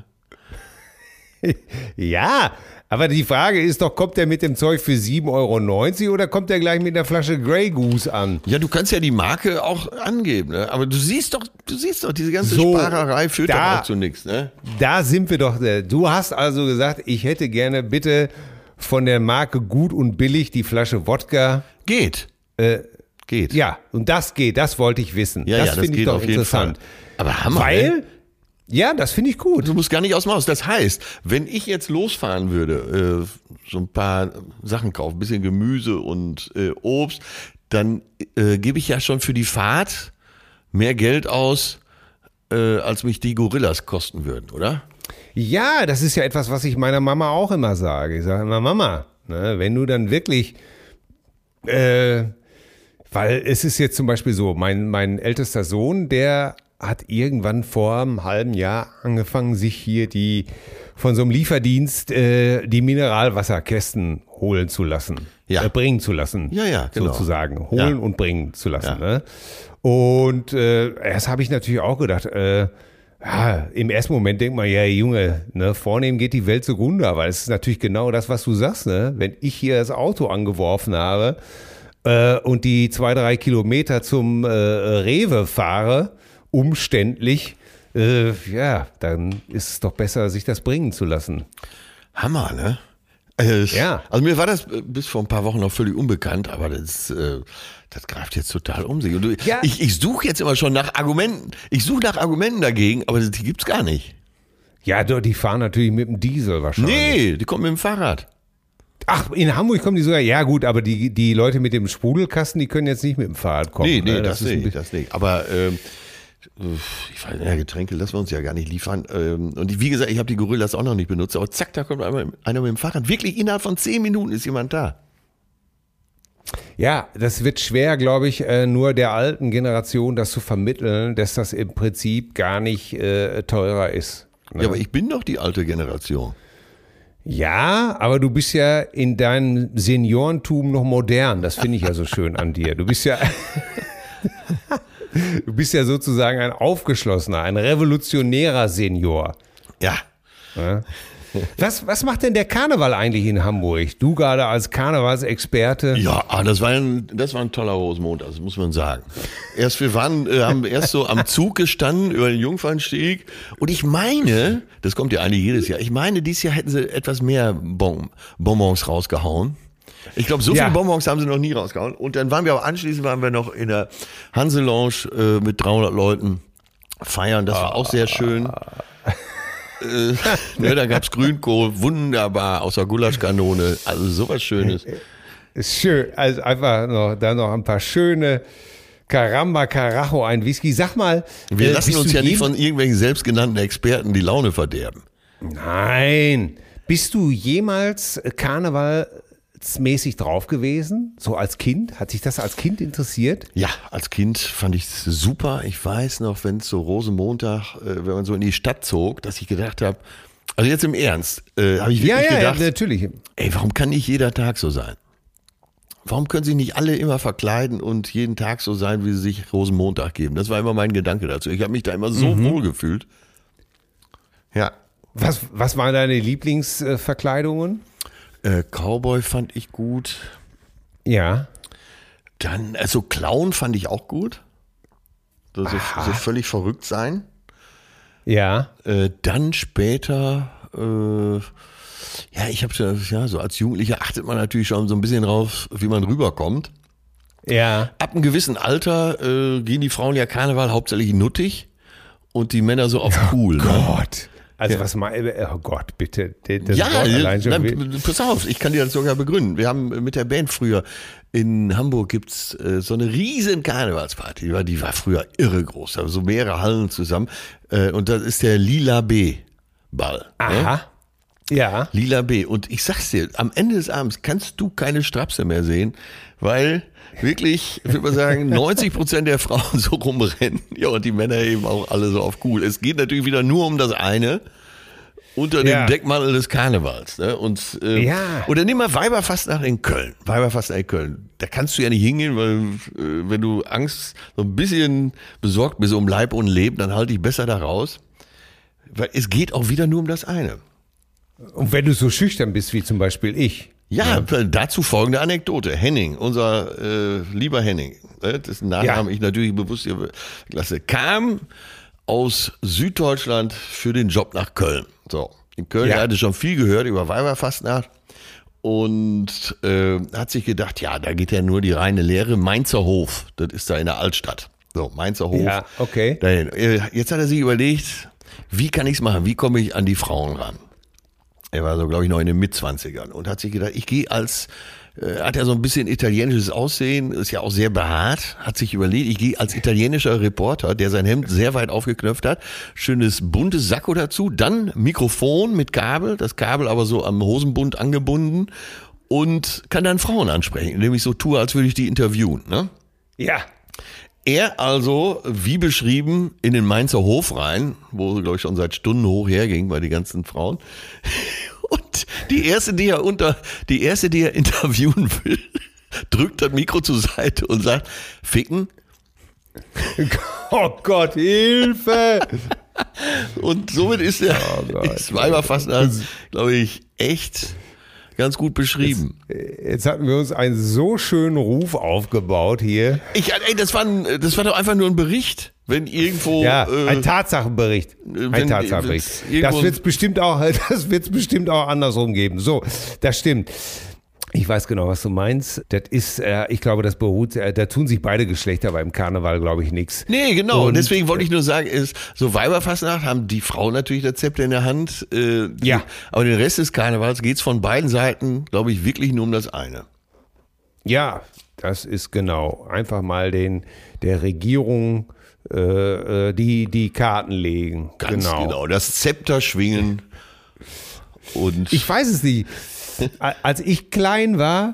Ja, aber die Frage ist doch, kommt der mit dem Zeug für 7,90 € oder kommt der gleich mit einer Flasche Grey Goose an? Ja, du kannst ja die Marke auch angeben, ne? Aber du siehst doch, diese ganze So, Sparerei führt da- doch auch zu nichts, ne? Da sind wir doch. Du hast also gesagt, ich hätte gerne bitte von der Marke Gut und Billig die Flasche Wodka. Geht. Geht. Ja, und das geht, das wollte ich wissen. Das finde ich geht doch auf jeden interessant. Fall. Aber Hammer, ne? Weil, ja, das finde ich gut. Du musst gar nicht aus dem Haus. Das heißt, wenn ich jetzt losfahren würde, so ein paar Sachen kaufen, ein bisschen Gemüse und Obst, dann gebe ich ja schon für die Fahrt mehr Geld aus, als mich die Gorillas kosten würden, oder? Ja, das ist ja etwas, was ich meiner Mama auch immer sage. Ich sage immer, Mama, ne, wenn du dann wirklich, weil es ist jetzt zum Beispiel so, mein ältester Sohn, der hat irgendwann vor einem halben Jahr angefangen, sich hier von so einem Lieferdienst die Mineralwasserkästen holen zu lassen. Ja. Bringen zu lassen. Ja, genau. Sozusagen. Holen Ja. und bringen zu lassen. Ja. Ne? Und erst habe ich natürlich auch gedacht, ja, im ersten Moment denkt man, ja Junge, ne, vornehm geht die Welt zugrunde, aber es ist natürlich genau das, was du sagst, ne? Wenn ich hier das Auto angeworfen habe und die 2-3 Kilometer zum Rewe fahre, umständlich, ja, dann ist es doch besser, sich das bringen zu lassen. Hammer, ne? Ja. Also mir war das bis vor ein paar Wochen noch völlig unbekannt, aber das greift jetzt total um sich. Und Ja. ich suche jetzt immer schon nach Argumenten. Ich suche nach Argumenten dagegen, aber die gibt's gar nicht. Ja, doch, die fahren natürlich mit dem Diesel wahrscheinlich. Nee, die kommen mit dem Fahrrad. Ach, in Hamburg kommen die sogar, ja gut, aber die Leute mit dem Sprudelkasten, die können jetzt nicht mit dem Fahrrad kommen. Nee, ne? das ist ein nicht, das nicht. Aber ich weiß, ja, Getränke lassen wir uns ja gar nicht liefern. Und wie gesagt, ich habe die Gorillas auch noch nicht benutzt, aber zack, da kommt einer mit dem Fahrrad. Wirklich innerhalb von 10 Minuten ist jemand da. Ja, das wird schwer, glaube ich, nur der alten Generation das zu vermitteln, dass das im Prinzip gar nicht teurer ist. Ne? Ja, aber ich bin doch die alte Generation. Ja, aber du bist ja in deinem Seniorentum noch modern. Das finde ich ja so schön an dir. Du bist ja sozusagen ein aufgeschlossener, ein revolutionärer Senior. Ja. Ja? Was macht denn der Karneval eigentlich in Hamburg? Du gerade als Karnevalsexperte. Ja, das war ein toller Rosenmontag, das muss man sagen. Haben erst so am Zug gestanden über den Jungfernstieg und ich meine, das kommt ja eigentlich jedes Jahr, ich meine, dieses Jahr hätten sie etwas mehr Bonbons rausgehauen. Ich glaube, so Ja. viele Bonbons haben sie noch nie rausgehauen. Und dann anschließend waren wir noch in der Hanse-Lounge mit 300 Leuten feiern, das war auch sehr schön. Da gab's Grünkohl, wunderbar, aus der Gulaschkanone, also sowas Schönes. Ist schön. Also einfach noch ein paar schöne Caramba, Carajo, ein Whisky. Sag mal. Wir lassen bist uns du ja nicht von irgendwelchen selbstgenannten Experten die Laune verderben. Nein. Bist du jemals karnevalsmäßig drauf gewesen? So als Kind? Hat sich das als Kind interessiert? Ja, als Kind fand ich es super. Ich weiß noch, wenn es so Rosenmontag, wenn man so in die Stadt zog, dass ich gedacht habe, also jetzt im Ernst, habe ich wirklich gedacht, natürlich. ey, warum kann nicht jeder Tag so sein? Warum können sich nicht alle immer verkleiden und jeden Tag so sein, wie sie sich Rosenmontag geben? Das war immer mein Gedanke dazu. Ich habe mich da immer so wohl gefühlt. Ja. Was waren deine Lieblingsverkleidungen? Cowboy fand ich gut. Ja. Dann, also Clown fand ich auch gut. So völlig verrückt sein. Ja. Dann später, ich habe so als Jugendlicher achtet man natürlich schon so ein bisschen drauf, wie man rüberkommt. Ja. Ab einem gewissen Alter gehen die Frauen ja Karneval hauptsächlich nuttig und die Männer so auf cool. Ne? Gott. Also Ja. was mal, oh Gott, bitte. Das Ja, Wort allein schon pass auf, ich kann dir das sogar begründen. Wir haben mit der Band früher, in Hamburg gibt's so eine riesen Karnevalsparty, die war früher irre groß, also so mehrere Hallen zusammen und das ist der Lila B-Ball. Ne? Aha. Ja. Lila B. Und ich sag's dir, am Ende des Abends kannst du keine Strapse mehr sehen, weil wirklich, ich würde mal sagen, 90% der Frauen so rumrennen. Ja, und die Männer eben auch alle so auf cool. Es geht natürlich wieder nur um das eine. Unter dem Ja. Deckmantel des Karnevals. Ne? Und, Ja. Oder nimm mal Weiberfastnacht in Köln. Weiberfastnacht in Köln. Da kannst du ja nicht hingehen, weil wenn du Angst, so ein bisschen besorgt bist um Leib und Leben, dann halte ich besser da raus. Weil es geht auch wieder nur um das eine. Und wenn du so schüchtern bist wie zum Beispiel ich. Ja, dazu folgende Anekdote. Henning, unser lieber Henning, dessen Nachnamen ich natürlich bewusst hier lasse, kam aus Süddeutschland für den Job nach Köln. So, in Köln, er hatte schon viel gehört über Weiberfastnacht und hat sich gedacht, ja, da geht ja nur die reine Lehre. Mainzer Hof, das ist da in der Altstadt. So, Mainzer Hof. Ja, okay. Dahin. Jetzt hat er sich überlegt, wie kann ich's machen? Wie komme ich an die Frauen ran? Er war so, glaube ich, noch in den Mitzwanzigern und hat sich gedacht, ich gehe hat ja so ein bisschen italienisches Aussehen, ist ja auch sehr behaart, hat sich überlegt, ich gehe als italienischer Reporter, der sein Hemd sehr weit aufgeknöpft hat, schönes buntes Sakko dazu, dann Mikrofon mit Kabel, das Kabel aber so am Hosenbund angebunden und kann dann Frauen ansprechen, indem ich so tue, als würde ich die interviewen, ne? Ja. Er also, wie beschrieben, in den Mainzer Hof rein, wo, glaube ich, schon seit Stunden hoch herging bei den ganzen Frauen. Und die erste, die er interviewen will, drückt das Mikro zur Seite und sagt, ficken. Oh Gott, Hilfe! Und somit ist der Weiberfastnacht, glaube ich, echt ganz gut beschrieben. Jetzt hatten wir uns einen so schönen Ruf aufgebaut hier. Das war doch einfach nur ein Bericht. Wenn irgendwo. Ja, ein Tatsachenbericht. Ein Tatsachenbericht. Das wird es bestimmt auch andersrum geben. So, das stimmt. Ich weiß genau, was du meinst. Das ist, ich glaube, das beruht, da tun sich beide Geschlechter beim Karneval, glaube ich, nichts. Nee, genau. Und deswegen wollte ich nur sagen, so Weiberfastnacht haben die Frauen natürlich das Zepter in der Hand. Ja. Aber den Rest des Karnevals geht's von beiden Seiten, glaube ich, wirklich nur um das eine. Ja, das ist genau. Einfach mal der Regierung die Karten legen. Ganz genau. Das Zepter schwingen. Und Ich weiß es nicht. Als ich klein war,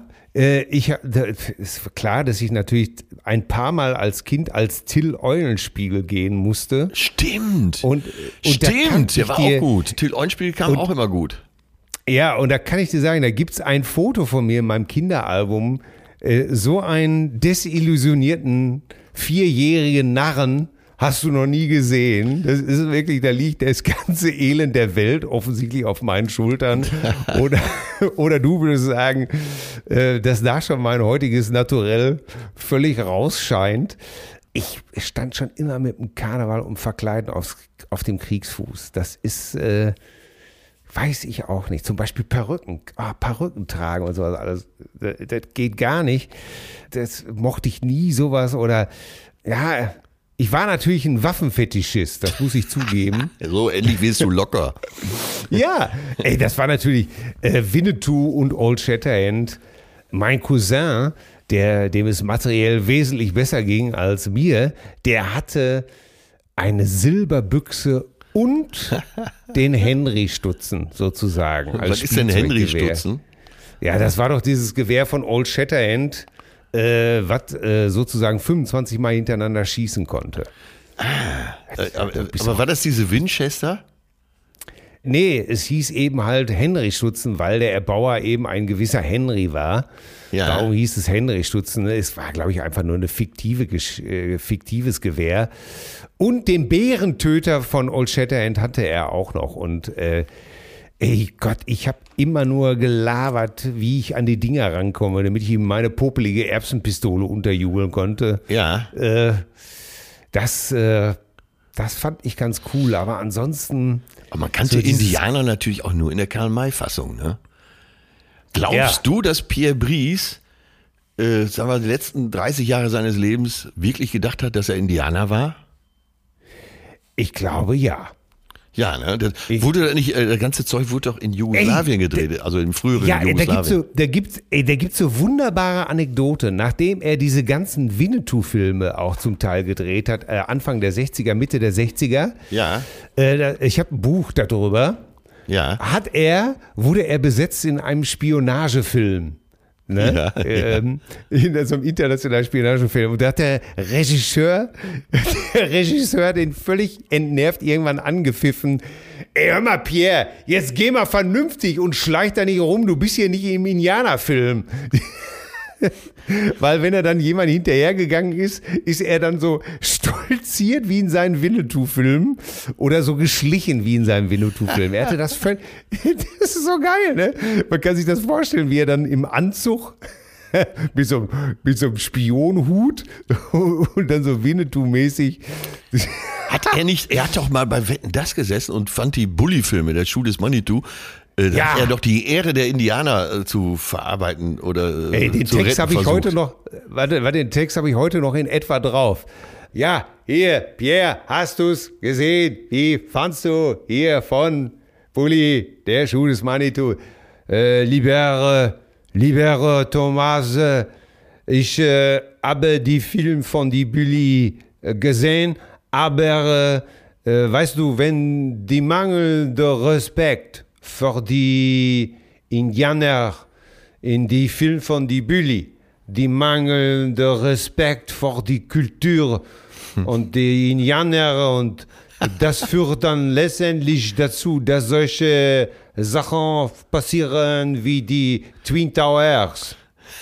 ist klar, dass ich natürlich ein paar Mal als Kind als Till Eulenspiegel gehen musste. Stimmt. Und da kann Stimmt, der ich war dir- auch gut. Till Eulenspiegel kam auch immer gut. Ja, und da kann ich dir sagen, da gibt's ein Foto von mir in meinem Kinderalbum, so einen desillusionierten 4-jährigen Narren hast du noch nie gesehen. Das ist wirklich, da liegt das ganze Elend der Welt offensichtlich auf meinen Schultern. Oder du würdest sagen, dass da schon mein heutiges Naturell völlig rausscheint. Ich stand schon immer mit dem Karneval und Verkleiden auf dem Kriegsfuß. Das ist, weiß ich auch nicht. Zum Beispiel Perücken. Perücken tragen und sowas alles. Das geht gar nicht. Das mochte ich nie, sowas. Oder, ja, ich war natürlich ein Waffenfetischist, das muss ich zugeben. So, endlich wirst du locker. Ja, ey, das war natürlich Winnetou und Old Shatterhand. Mein Cousin, dem es materiell wesentlich besser ging als mir, der hatte eine Silberbüchse und den Henry-Stutzen sozusagen. Was ist denn Henry-Stutzen? Ja, das war doch dieses Gewehr von Old Shatterhand, was sozusagen 25 Mal hintereinander schießen konnte. Aber war das diese Winchester? Nee, es hieß eben halt Henry-Stutzen, weil der Erbauer eben ein gewisser Henry war. Ja. Darum hieß es Henry-Stutzen. Es war, glaube ich, einfach nur ein fiktives Gewehr. Und den Bärentöter von Old Shatterhand hatte er auch noch. Und ey Gott, ich habe immer nur gelabert, wie ich an die Dinger rankomme, damit ich ihm meine popelige Erbsenpistole unterjubeln konnte. Ja. Das fand ich ganz cool, aber ansonsten... Aber man kannte so dieses- Indianer natürlich auch nur in der Karl-May-Fassung, ne? Glaubst Ja. du, dass Pierre Brice sagen wir, die letzten 30 Jahre seines Lebens wirklich gedacht hat, dass er Indianer war? Ich glaube ja. Ja, ne? Das ganze Zeug wurde doch in Jugoslawien gedreht, also im früheren Jugoslawien. Da gibt's so wunderbare Anekdote. Nachdem er diese ganzen Winnetou-Filme auch zum Teil gedreht hat, Anfang der 60er, Mitte der 60er. Ja. Ich habe ein Buch darüber. Ja. Wurde er besetzt in einem Spionagefilm. Ne? Ja, in so einem internationalen Spionagefilm. Und da hat der Regisseur den völlig entnervt irgendwann angepfiffen. Ey, hör mal, Pierre, jetzt geh mal vernünftig und schleich da nicht rum, du bist hier nicht im Indianerfilm. Weil wenn er dann jemand hinterhergegangen ist er dann so stolziert wie in seinen Winnetou-Filmen oder so geschlichen wie in seinem Winnetou-Film. Er hatte das völlig, das ist so geil, ne? Man kann sich das vorstellen, wie er dann im Anzug mit so einem Spionhut und dann so Winnetou-mäßig. Er hat doch mal bei Wetten, das gesessen und fand die Bully-Filme, der Schuh des Manitou, da hat er doch die Ehre der Indianer zu verarbeiten oder den zu Text habe ich versucht. heute noch, den Text habe ich heute noch in etwa drauf. Ja, hier, Pierre, hast du's gesehen? Wie fandst du hier von Bully, der Schuh des Manitou? Lieber Thomas, ich habe die Film von die Bully gesehen, aber weißt du, wenn die mangelnde Respekt für die Indianer in die Film von die Bully, die mangelnde Respekt für die Kultur und die Indianer und das führt dann letztendlich dazu, dass solche Sachen passieren wie die Twin Towers.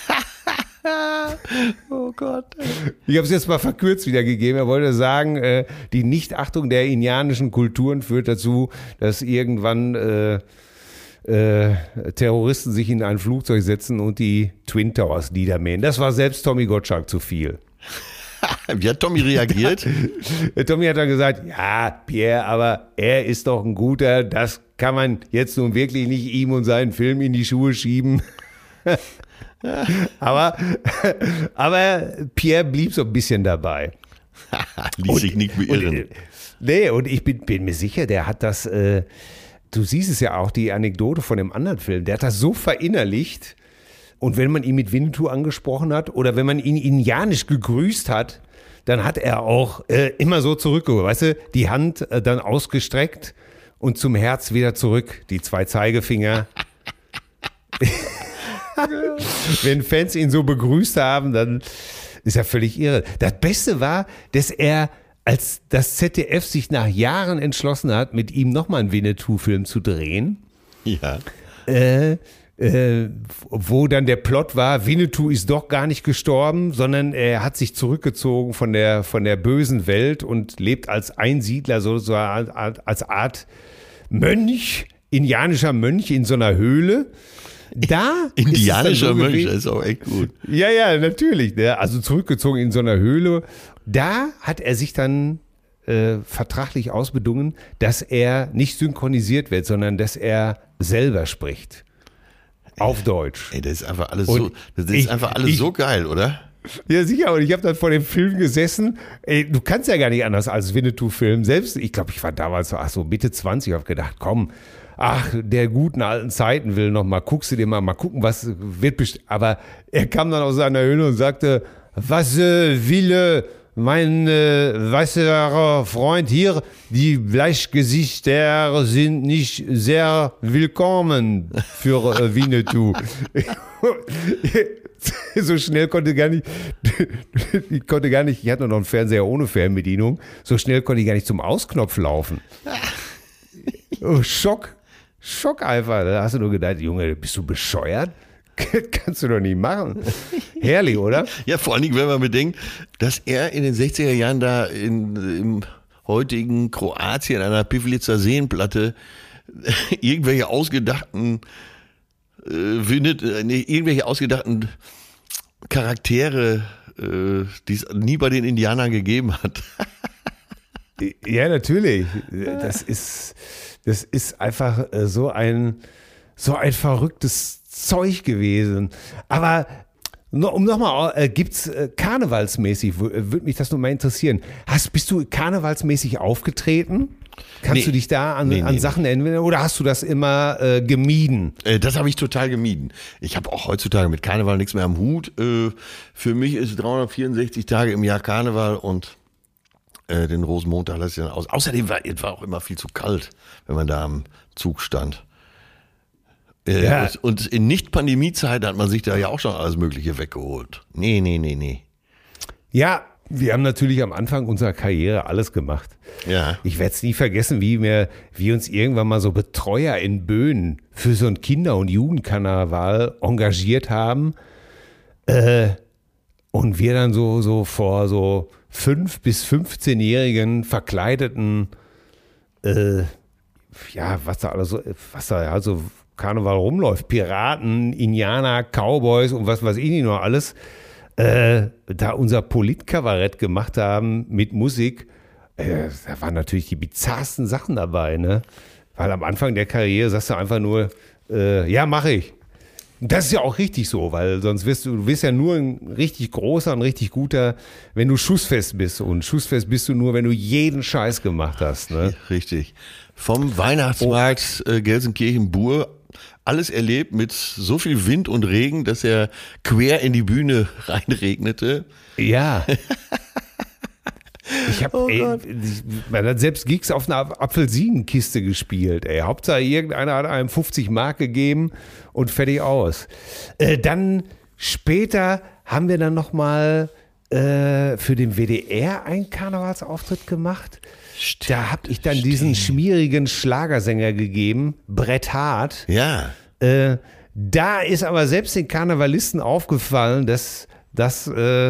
Oh Gott. Ich habe es jetzt mal verkürzt wiedergegeben. Er wollte sagen, die Nichtachtung der indianischen Kulturen führt dazu, dass irgendwann Terroristen sich in ein Flugzeug setzen und die Twin Towers niedermähen. Das war selbst Tommy Gottschalk zu viel. Wie hat Tommy reagiert? Tommy hat dann gesagt, ja, Pierre, aber er ist doch ein guter, das kann man jetzt nun wirklich nicht ihm und seinen Film in die Schuhe schieben. aber Pierre blieb so ein bisschen dabei. Ließ sich nicht beirren. Und ich bin mir sicher, der hat das, du siehst es ja auch, die Anekdote von dem anderen Film, der hat das so verinnerlicht. Und wenn man ihn mit Winnetou angesprochen hat oder wenn man ihn indianisch gegrüßt hat, dann hat er auch immer so zurückgeholt, weißt du, die Hand dann ausgestreckt und zum Herz wieder zurück, die 2 Zeigefinger. Wenn Fans ihn so begrüßt haben, dann ist er völlig irre. Das Beste war, dass er, als das ZDF sich nach Jahren entschlossen hat, mit ihm nochmal einen Winnetou-Film zu drehen, Ja. Wo dann der Plot war, Winnetou ist doch gar nicht gestorben, sondern er hat sich zurückgezogen von der bösen Welt und lebt als Einsiedler, so als Art Mönch, indianischer Mönch in so einer Höhle. Da Indianischer Mönch, das ist auch echt gut. Ja, natürlich. Ne? Also zurückgezogen in so einer Höhle. Da hat er sich dann vertraglich ausbedungen, dass er nicht synchronisiert wird, sondern dass er selber spricht. Auf Deutsch. Ey, das ist einfach alles so geil, oder? Ja, sicher. Und ich habe dann vor dem Film gesessen. Ey, du kannst ja gar nicht anders als Winnetou-Film. Selbst, ich glaube, ich war damals so Mitte 20, habe gedacht, komm, der guten alten Zeiten will noch mal, guckst du dir mal gucken, was wird. Aber er kam dann aus seiner Höhle und sagte, was will mein weißer Freund hier, die Bleichgesichter sind nicht sehr willkommen für Winnetou. So schnell ich hatte noch einen Fernseher ohne Fernbedienung, so schnell konnte ich gar nicht zum Ausknopf laufen. Oh, Schock einfach. Da hast du nur gedacht, Junge, bist du bescheuert? Kannst du doch nicht machen. Herrlich, oder? Ja, vor allen Dingen, wenn man bedenkt, dass er in den 60er Jahren da im heutigen Kroatien an der Pivlica Seenplatte irgendwelche ausgedachten Charaktere, die es nie bei den Indianern gegeben hat. Ja, natürlich. Das ist einfach so ein verrücktes Zeug gewesen. Aber Gibt's karnevalsmäßig, würde mich das nur mal interessieren. Bist du karnevalsmäßig aufgetreten? Kannst du dich da an Sachen erinnern oder hast du das immer gemieden? Das habe ich total gemieden. Ich habe auch heutzutage mit Karneval nichts mehr am Hut. Für mich ist 364 Tage im Jahr Karneval und den Rosenmontag lasse ich dann aus. Außerdem war auch immer viel zu kalt, wenn man da am Zug stand. Und in Nicht-Pandemie-Zeiten hat man sich da ja auch schon alles Mögliche weggeholt. Nee. Ja, wir haben natürlich am Anfang unserer Karriere alles gemacht. Ja. Ich werde es nie vergessen, wie uns irgendwann mal so Betreuer in Böen für so ein Kinder- und Jugendkarneval engagiert haben. Und wir dann so vor so 5- bis 15-jährigen verkleideten, was da also Karneval rumläuft, Piraten, Indianer, Cowboys und was weiß ich nicht noch alles, da unser Politkabarett gemacht haben mit Musik. Da waren natürlich die bizarrsten Sachen dabei, ne? Weil am Anfang der Karriere sagst du einfach nur, ja, mache ich. Und das ist ja auch richtig so, weil sonst wirst du ja nur ein richtig großer, ein richtig guter, wenn du schussfest bist. Und schussfest bist du nur, wenn du jeden Scheiß gemacht hast, ne? Richtig. Vom Weihnachtsmarkt Gelsenkirchen-Bur alles erlebt mit so viel Wind und Regen, dass er quer in die Bühne reinregnete. Ja. Man hat selbst Gigs auf einer Apfelsinenkiste gespielt. Hauptsache irgendeiner hat einem 50 Mark gegeben und fertig aus. Dann später haben wir dann nochmal für den WDR einen Karnevalsauftritt gemacht. Da habe ich dann diesen schmierigen Schlagersänger gegeben, Bret Hart. Ja. Da ist aber selbst den Karnevalisten aufgefallen, dass das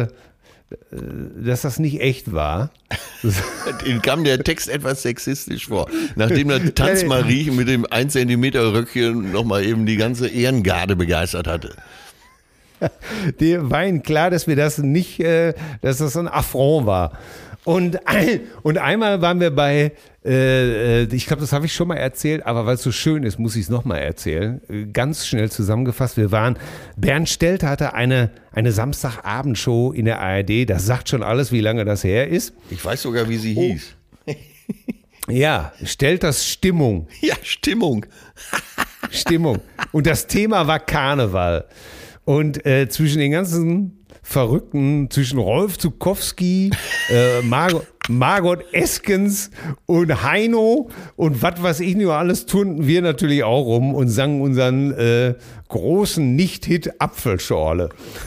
nicht echt war. Ihnen kam der Text etwas sexistisch vor. Nachdem der Tanzmarie mit dem 1 Zentimeter Röckchen nochmal eben die ganze Ehrengarde begeistert hatte. Dir war ihnen klar, dass wir das nicht, dass das ein Affront war. Und einmal waren wir bei, ich glaube, das habe ich schon mal erzählt, aber weil es so schön ist, muss ich es nochmal erzählen. Ganz schnell zusammengefasst, Bernd Stelter hatte eine Samstagabendshow in der ARD, das sagt schon alles, wie lange das her ist. Ich weiß sogar, wie sie hieß. Ja, Stelters Stimmung. Ja, Stimmung. Und das Thema war Karneval. Und zwischen den ganzen Verrückten, zwischen Rolf Zukowski, Margot Eskens und Heino und was weiß ich nur alles, turnten wir natürlich auch rum und sangen unseren großen Nicht-Hit Apfelschorle.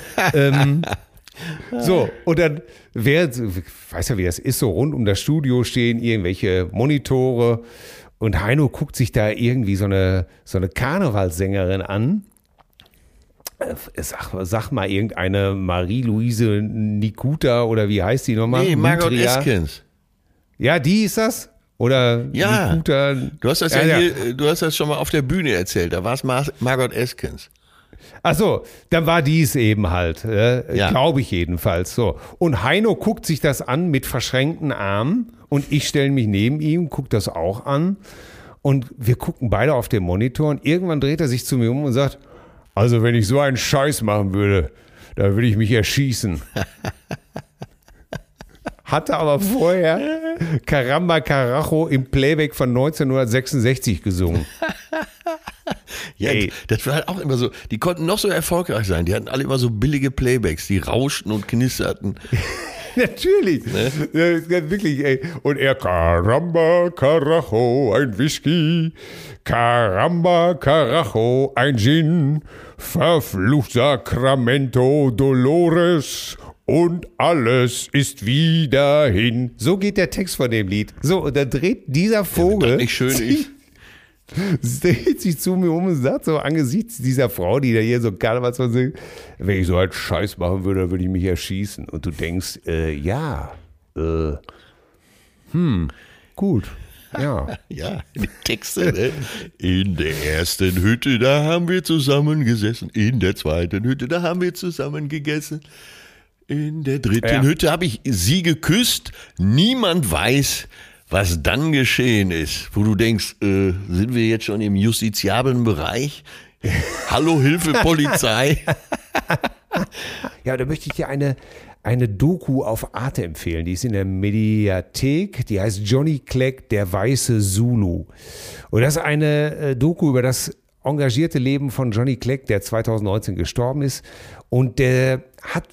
So, und dann, weiß ja, wie das ist, so rund um das Studio stehen irgendwelche Monitore und Heino guckt sich da irgendwie so eine Karnevalssängerin an. Sag mal irgendeine Marie-Louise Nikuta oder wie heißt die nochmal? Nee, Margot Eskens. Ja, die ist das? Oder ja, Nikuta? Du hast das hier, du hast das schon mal auf der Bühne erzählt, da war es Margot Eskens. Ach so, dann war die es eben halt, glaube ich jedenfalls. So. Und Heino guckt sich das an mit verschränkten Armen und ich stelle mich neben ihm, gucke das auch an und wir gucken beide auf den Monitor und irgendwann dreht er sich zu mir um und sagt, also wenn ich so einen Scheiß machen würde, dann würde ich mich erschießen. Hatte aber vorher Caramba Carajo im Playback von 1966 gesungen. Ja, das war halt auch immer so, die konnten noch so erfolgreich sein, die hatten alle immer so billige Playbacks, die rauschten und knisterten. Natürlich, ne? Ja, wirklich, ey. Und er, Caramba, Carajo, ein Whisky, Caramba, Carajo, ein Gin, verflucht Sacramento Dolores und alles ist wieder hin. So geht der Text von dem Lied. So, und dann dreht dieser Vogel. Ja, nicht schön ist. Dreht sich zu mir um und sagt so angesichts dieser Frau, die da hier so Karnevalsmann singt, wenn ich so einen Scheiß machen würde, dann würde ich mich erschießen. Und du denkst, gut, ja. Ja, die Texte, ne? In der ersten Hütte, da haben wir zusammen gesessen. In der zweiten Hütte, da haben wir zusammen gegessen. In der dritten Hütte habe ich sie geküsst. Niemand weiß, was dann geschehen ist, wo du denkst, sind wir jetzt schon im justiziablen Bereich? Hallo, Hilfe, Polizei. Ja, da möchte ich dir eine Doku auf Arte empfehlen. Die ist in der Mediathek. Die heißt Johnny Clegg, der weiße Zulu. Und das ist eine Doku über das engagierte Leben von Johnny Clegg, der 2019 gestorben ist. Und der hat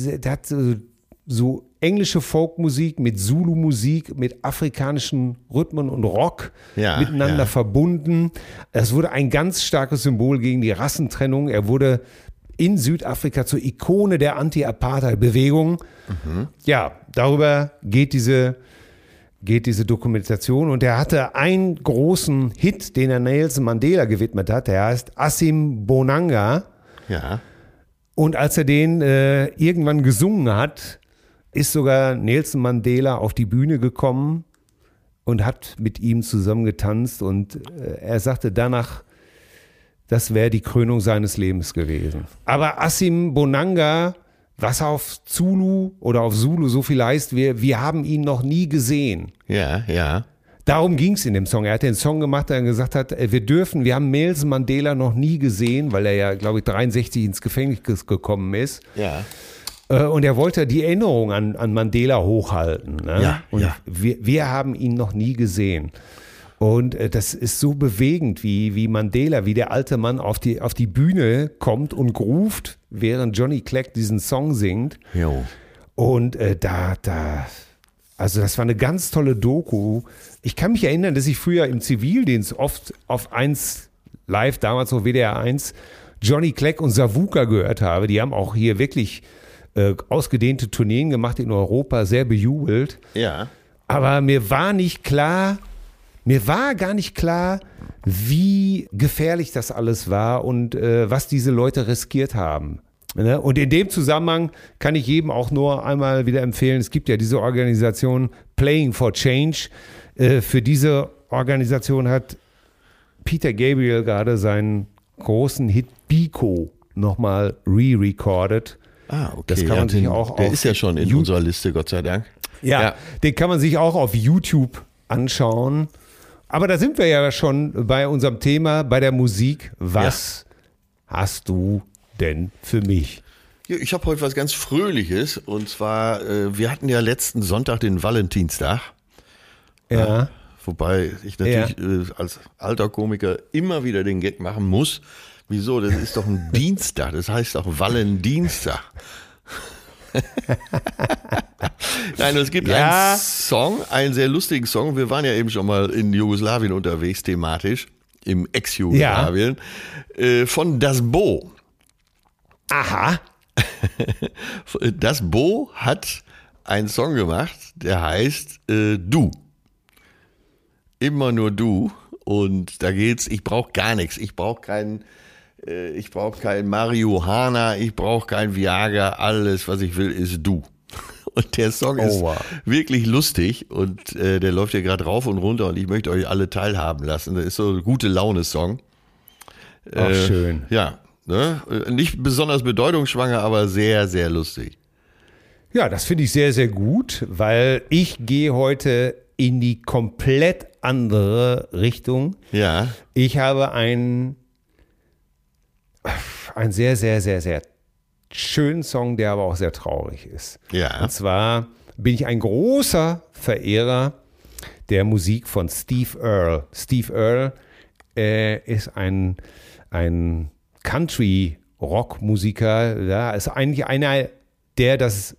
so englische Folkmusik mit Zulu-Musik, mit afrikanischen Rhythmen und Rock miteinander verbunden. Es wurde ein ganz starkes Symbol gegen die Rassentrennung. Er wurde in Südafrika zur Ikone der Anti-Apartheid-Bewegung. Ja, darüber geht diese Dokumentation. Und er hatte einen großen Hit, den er Nelson Mandela gewidmet hat. Der heißt Asim Bonanga. Ja. Und als er den irgendwann gesungen hat, ist sogar Nelson Mandela auf die Bühne gekommen und hat mit ihm zusammen getanzt. Und er sagte danach, das wäre die Krönung seines Lebens gewesen. Aber Asim Bonanga, was auf Zulu oder auf Zulu so viel heißt, wir haben ihn noch nie gesehen. Ja, ja. Darum ging es in dem Song. Er hat den Song gemacht, der gesagt hat, wir haben Nelson Mandela noch nie gesehen, weil er ja, glaube ich, 63 ins Gefängnis gekommen ist. Ja. Und er wollte die Erinnerung an Mandela hochhalten. Ne? Ja, und ja. Wir haben ihn noch nie gesehen. Und das ist so bewegend, wie Mandela, wie der alte Mann auf die Bühne kommt und ruft, während Johnny Clegg diesen Song singt. Jo. Und also das war eine ganz tolle Doku. Ich kann mich erinnern, dass ich früher im Zivildienst oft auf 1 Live, damals noch WDR 1, Johnny Clegg und Savuka gehört habe. Die haben auch hier wirklich ausgedehnte Tourneen gemacht in Europa, sehr bejubelt. Ja. Aber mir war gar nicht klar, wie gefährlich das alles war und was diese Leute riskiert haben. Ne? Und in dem Zusammenhang kann ich jedem auch nur einmal wieder empfehlen, es gibt ja diese Organisation Playing for Change. Für diese Organisation hat Peter Gabriel gerade seinen großen Hit Biko nochmal re-recorded. Ah, okay. Das kann man sich auch der auf ist ja schon in unserer Liste, Gott sei Dank. Ja, den kann man sich auch auf YouTube anschauen. Aber da sind wir ja schon bei unserem Thema, bei der Musik. Was hast du denn für mich? Ja, ich habe heute was ganz Fröhliches. Und zwar, wir hatten ja letzten Sonntag den Valentinstag. Ja. Wobei ich natürlich als alter Komiker immer wieder den Gag machen muss. Wieso? Das ist doch ein Dienstag. Das heißt doch Valentinstag. Nein, es gibt einen Song, einen sehr lustigen Song. Wir waren ja eben schon mal in Jugoslawien unterwegs, thematisch, im Ex-Jugoslawien, von Das Bo. Aha. Das Bo hat einen Song gemacht, der heißt Du. Immer nur du. Und da geht's, ich brauche gar nichts. Ich brauche kein Marihuana, ich brauche kein Viagra. Alles, was ich will, ist du. Und der Song ist wirklich lustig und der läuft ja gerade rauf und runter und ich möchte euch alle teilhaben lassen. Das ist so ein gute Laune-Song. Ach, schön. Ja, ne? Nicht besonders bedeutungsschwanger, aber sehr, sehr lustig. Ja, das finde ich sehr, sehr gut, weil ich gehe heute in die komplett andere Richtung. Ja. Ich habe ein sehr, sehr, sehr, sehr schönen Song, der aber auch sehr traurig ist. Ja. Und zwar bin ich ein großer Verehrer der Musik von Steve Earle. Steve Earle ist ein Country-Rock-Musiker. Ja, ist eigentlich einer, der das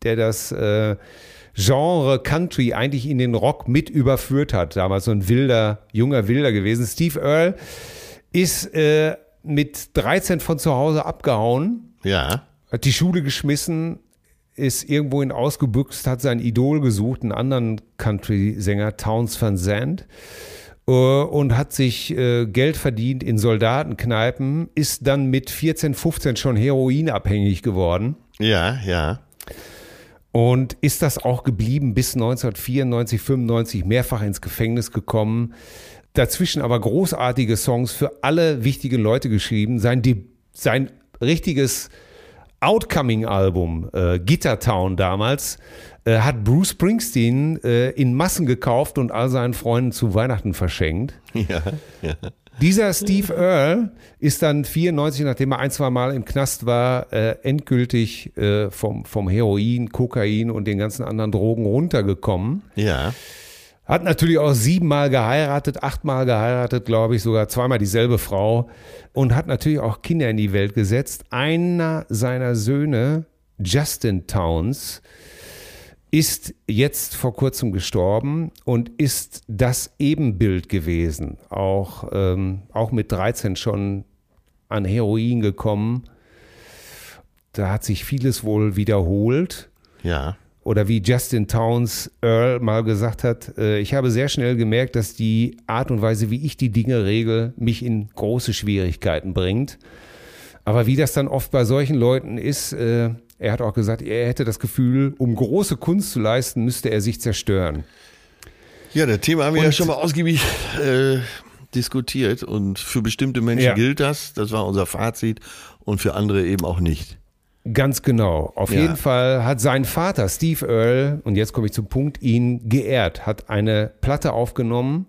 Genre Country eigentlich in den Rock mit überführt hat. Damals so ein junger Wilder gewesen. Steve Earle ist mit 13 von zu Hause abgehauen. Ja. Hat die Schule geschmissen, ist irgendwohin ausgebüxt, hat sein Idol gesucht, einen anderen Country-Sänger, Townes Van Zandt, und hat sich Geld verdient in Soldatenkneipen, ist dann mit 14, 15 schon heroinabhängig geworden. Ja, ja. Und ist das auch geblieben bis 1994, 95, mehrfach ins Gefängnis gekommen. Dazwischen aber großartige Songs für alle wichtigen Leute geschrieben. Sein richtiges Outcoming-Album, Guitar Town damals, hat Bruce Springsteen in Massen gekauft und all seinen Freunden zu Weihnachten verschenkt. Ja, ja. Dieser Steve Earle ist dann 94, nachdem er 1-2 Mal im Knast war, endgültig vom Heroin, Kokain und den ganzen anderen Drogen runtergekommen. Ja. Hat natürlich auch 7 Mal geheiratet, 8 Mal geheiratet, glaube ich, sogar 2-mal dieselbe Frau und hat natürlich auch Kinder in die Welt gesetzt. Einer seiner Söhne, Justin Townes, ist jetzt vor kurzem gestorben und ist das Ebenbild gewesen. Auch mit 13 schon an Heroin gekommen. Da hat sich vieles wohl wiederholt. Ja. Oder wie Justin Townes Earle mal gesagt hat, ich habe sehr schnell gemerkt, dass die Art und Weise, wie ich die Dinge regel, mich in große Schwierigkeiten bringt. Aber wie das dann oft bei solchen Leuten ist, er hat auch gesagt, er hätte das Gefühl, um große Kunst zu leisten, müsste er sich zerstören. Ja, das Thema haben wir ja schon mal ausgiebig diskutiert und für bestimmte Menschen gilt das war unser Fazit und für andere eben auch nicht. Ganz genau. Auf jeden Fall hat sein Vater, Steve Earle, und jetzt komme ich zum Punkt, ihn geehrt, hat eine Platte aufgenommen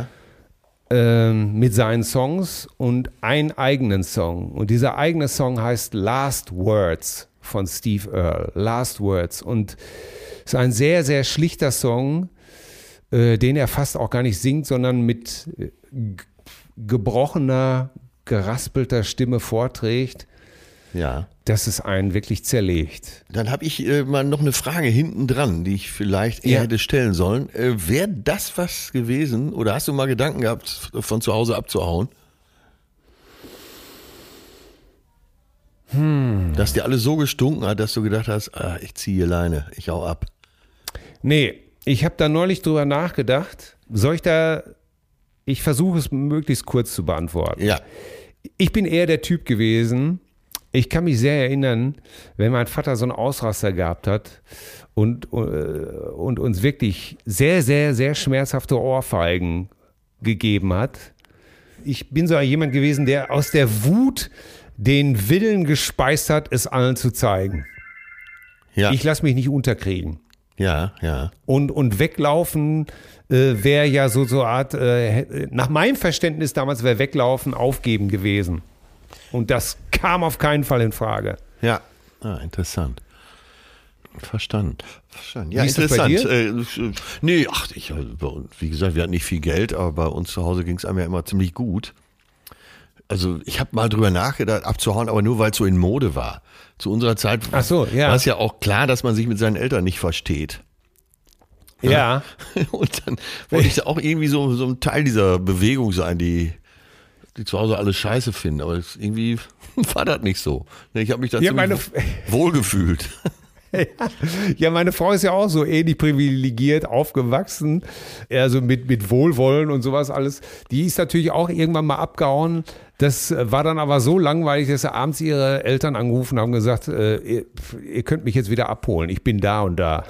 mit seinen Songs und einen eigenen Song. Und dieser eigene Song heißt Last Words von Steve Earle. Last Words. Und es ist ein sehr, sehr schlichter Song, den er fast auch gar nicht singt, sondern mit gebrochener, geraspelter Stimme vorträgt. Ja. Dass es einen wirklich zerlegt. Dann habe ich mal noch eine Frage hinten dran, die ich vielleicht eher hätte stellen sollen. Wäre das was gewesen oder hast du mal Gedanken gehabt, von zu Hause abzuhauen? Dass dir alles so gestunken hat, dass du gedacht hast, ich ziehe hier Leine, ich hau ab. Nee, ich habe da neulich drüber nachgedacht. Ich versuche es möglichst kurz zu beantworten. Ja. Ich bin eher der Typ gewesen, ich kann mich sehr erinnern, wenn mein Vater so einen Ausraster gehabt hat und uns wirklich sehr, sehr, sehr schmerzhafte Ohrfeigen gegeben hat. Ich bin so jemand gewesen, der aus der Wut den Willen gespeist hat, es allen zu zeigen. Ja. Ich lasse mich nicht unterkriegen. Ja, ja. Und weglaufen wäre ja so eine Art, nach meinem Verständnis damals wäre weglaufen aufgeben gewesen. Und das kam auf keinen Fall in Frage. Ja, interessant. Verstanden. Ja, wie ist das interessant. bei dir? Nee, wie gesagt, wir hatten nicht viel Geld, aber bei uns zu Hause ging es einem ja immer ziemlich gut. Also ich habe mal drüber nachgedacht, abzuhauen, aber nur weil es so in Mode war. Zu unserer Zeit war es ja auch klar, dass man sich mit seinen Eltern nicht versteht. Ja. Und dann wollte ich auch irgendwie so ein Teil dieser Bewegung sein, die zu Hause alles scheiße finden. Aber irgendwie war das nicht so. Ich habe mich da ziemlich wohlgefühlt. Ja, meine Frau ist ja auch so ähnlich privilegiert aufgewachsen, also mit Wohlwollen und sowas alles. Die ist natürlich auch irgendwann mal abgehauen. Das war dann aber so langweilig, dass sie abends ihre Eltern angerufen haben und gesagt, ihr könnt mich jetzt wieder abholen, ich bin da und da.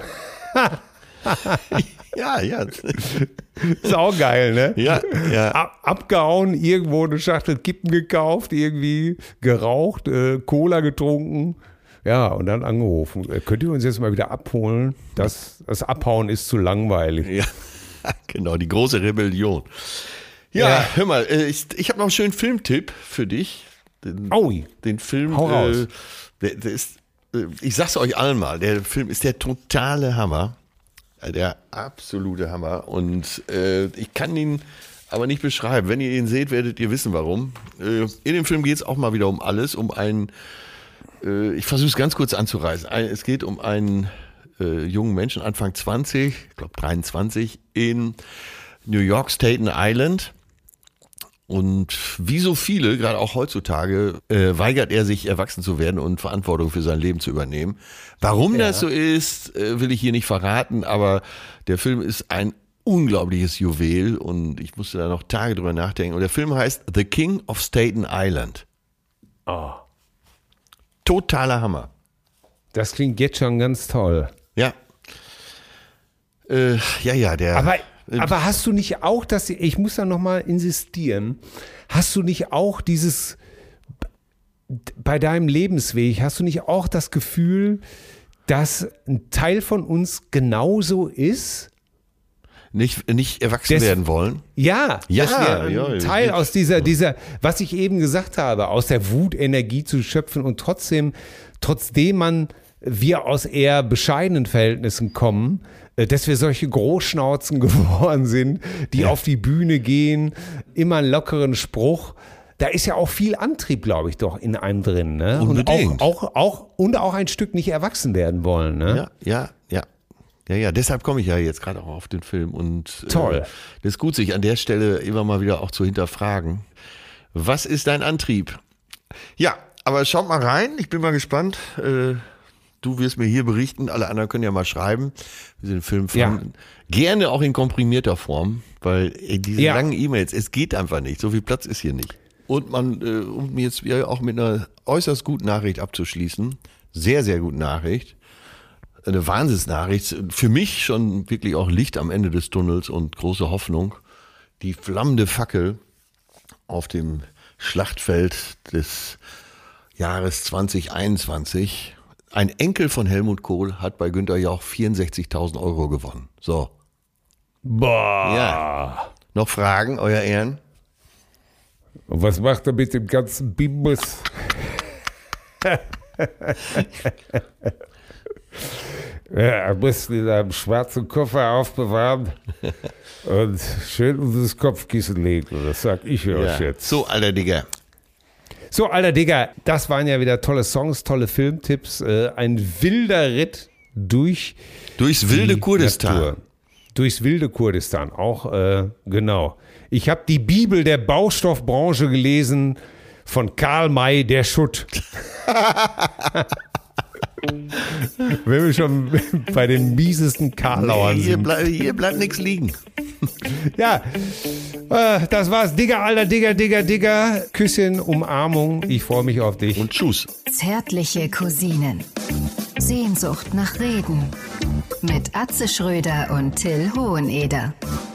Ja. Ist auch geil, ne? Ja. Abgehauen, irgendwo eine Schachtel Kippen gekauft, irgendwie geraucht, Cola getrunken. Ja, und dann angerufen. Könnt ihr uns jetzt mal wieder abholen? Das Abhauen ist zu langweilig. Ja, genau, die große Rebellion. Ja, hör mal, ich habe noch einen schönen Filmtipp für dich. Den Film, hau raus. Der ist, ich sag's euch allen mal, der Film ist der totale Hammer. Der absolute Hammer. Und ich kann ihn aber nicht beschreiben. Wenn ihr ihn seht, werdet ihr wissen, warum. In dem Film geht es auch mal wieder um alles, um einen, ich versuche es ganz kurz anzureißen. Es geht um einen jungen Menschen, Anfang 20, ich glaube 23, in New York, Staten Island. Und wie so viele, gerade auch heutzutage, weigert er sich, erwachsen zu werden und Verantwortung für sein Leben zu übernehmen. Warum das so ist, will ich hier nicht verraten, aber der Film ist ein unglaubliches Juwel und ich musste da noch Tage drüber nachdenken. Und der Film heißt The King of Staten Island. Oh. Totaler Hammer. Das klingt jetzt schon ganz toll. Ja. Aber hast du nicht auch ich muss da nochmal insistieren, hast du nicht auch bei deinem Lebensweg, hast du nicht auch das Gefühl, dass ein Teil von uns genauso ist? nicht erwachsen werden wollen. Ja, Ja, dass wir einen ja, Teil ja. aus dieser, was ich eben gesagt habe, aus der Wut Energie zu schöpfen und trotzdem wir aus eher bescheidenen Verhältnissen kommen, dass wir solche Großschnauzen geworden sind, die auf die Bühne gehen, immer einen lockeren Spruch. Da ist ja auch viel Antrieb, glaube ich, doch in einem drin. Ne? Unbedingt. Und auch ein Stück nicht erwachsen werden wollen. Ne? Ja, deshalb komme ich ja jetzt gerade auch auf den Film. Und Toll. Das ist gut, sich an der Stelle immer mal wieder auch zu hinterfragen. Was ist dein Antrieb? Ja, aber schaut mal rein. Ich bin mal gespannt. Du wirst mir hier berichten. Alle anderen können ja mal schreiben, wie sie den Film fanden. Gerne auch in komprimierter Form, weil diese langen E-Mails, es geht einfach nicht. So viel Platz ist hier nicht. Und um jetzt auch mit einer äußerst guten Nachricht abzuschließen, sehr, sehr guten Nachricht, eine Wahnsinnsnachricht, für mich schon wirklich auch Licht am Ende des Tunnels und große Hoffnung, die flammende Fackel auf dem Schlachtfeld des Jahres 2021. Ein Enkel von Helmut Kohl hat bei Günther Jauch 64.000 € gewonnen. So. Boah. Ja. Noch Fragen, Euer Ehren? Und was macht er mit dem ganzen Bimbus? Er muss ihn in einem schwarzen Koffer aufbewahren und schön unter das Kopfkissen legen. Das sag ich euch jetzt. So, alter Digga. So, alter Digga, das waren ja wieder tolle Songs, tolle Filmtipps. Ein wilder Ritt durchs wilde Kurdistan. Natur. Durchs wilde Kurdistan, auch genau. Ich habe die Bibel der Baustoffbranche gelesen von Karl May, der Schutt. Wenn wir schon bei den miesesten Karlauern sind. Hier bleibt nichts liegen. Ja, das war's. Digga, alter Digga. Küsschen, Umarmung. Ich freue mich auf dich. Und tschüss. Zärtliche Cousinen. Sehnsucht nach Reden. Mit Atze Schröder und Till Hoheneder.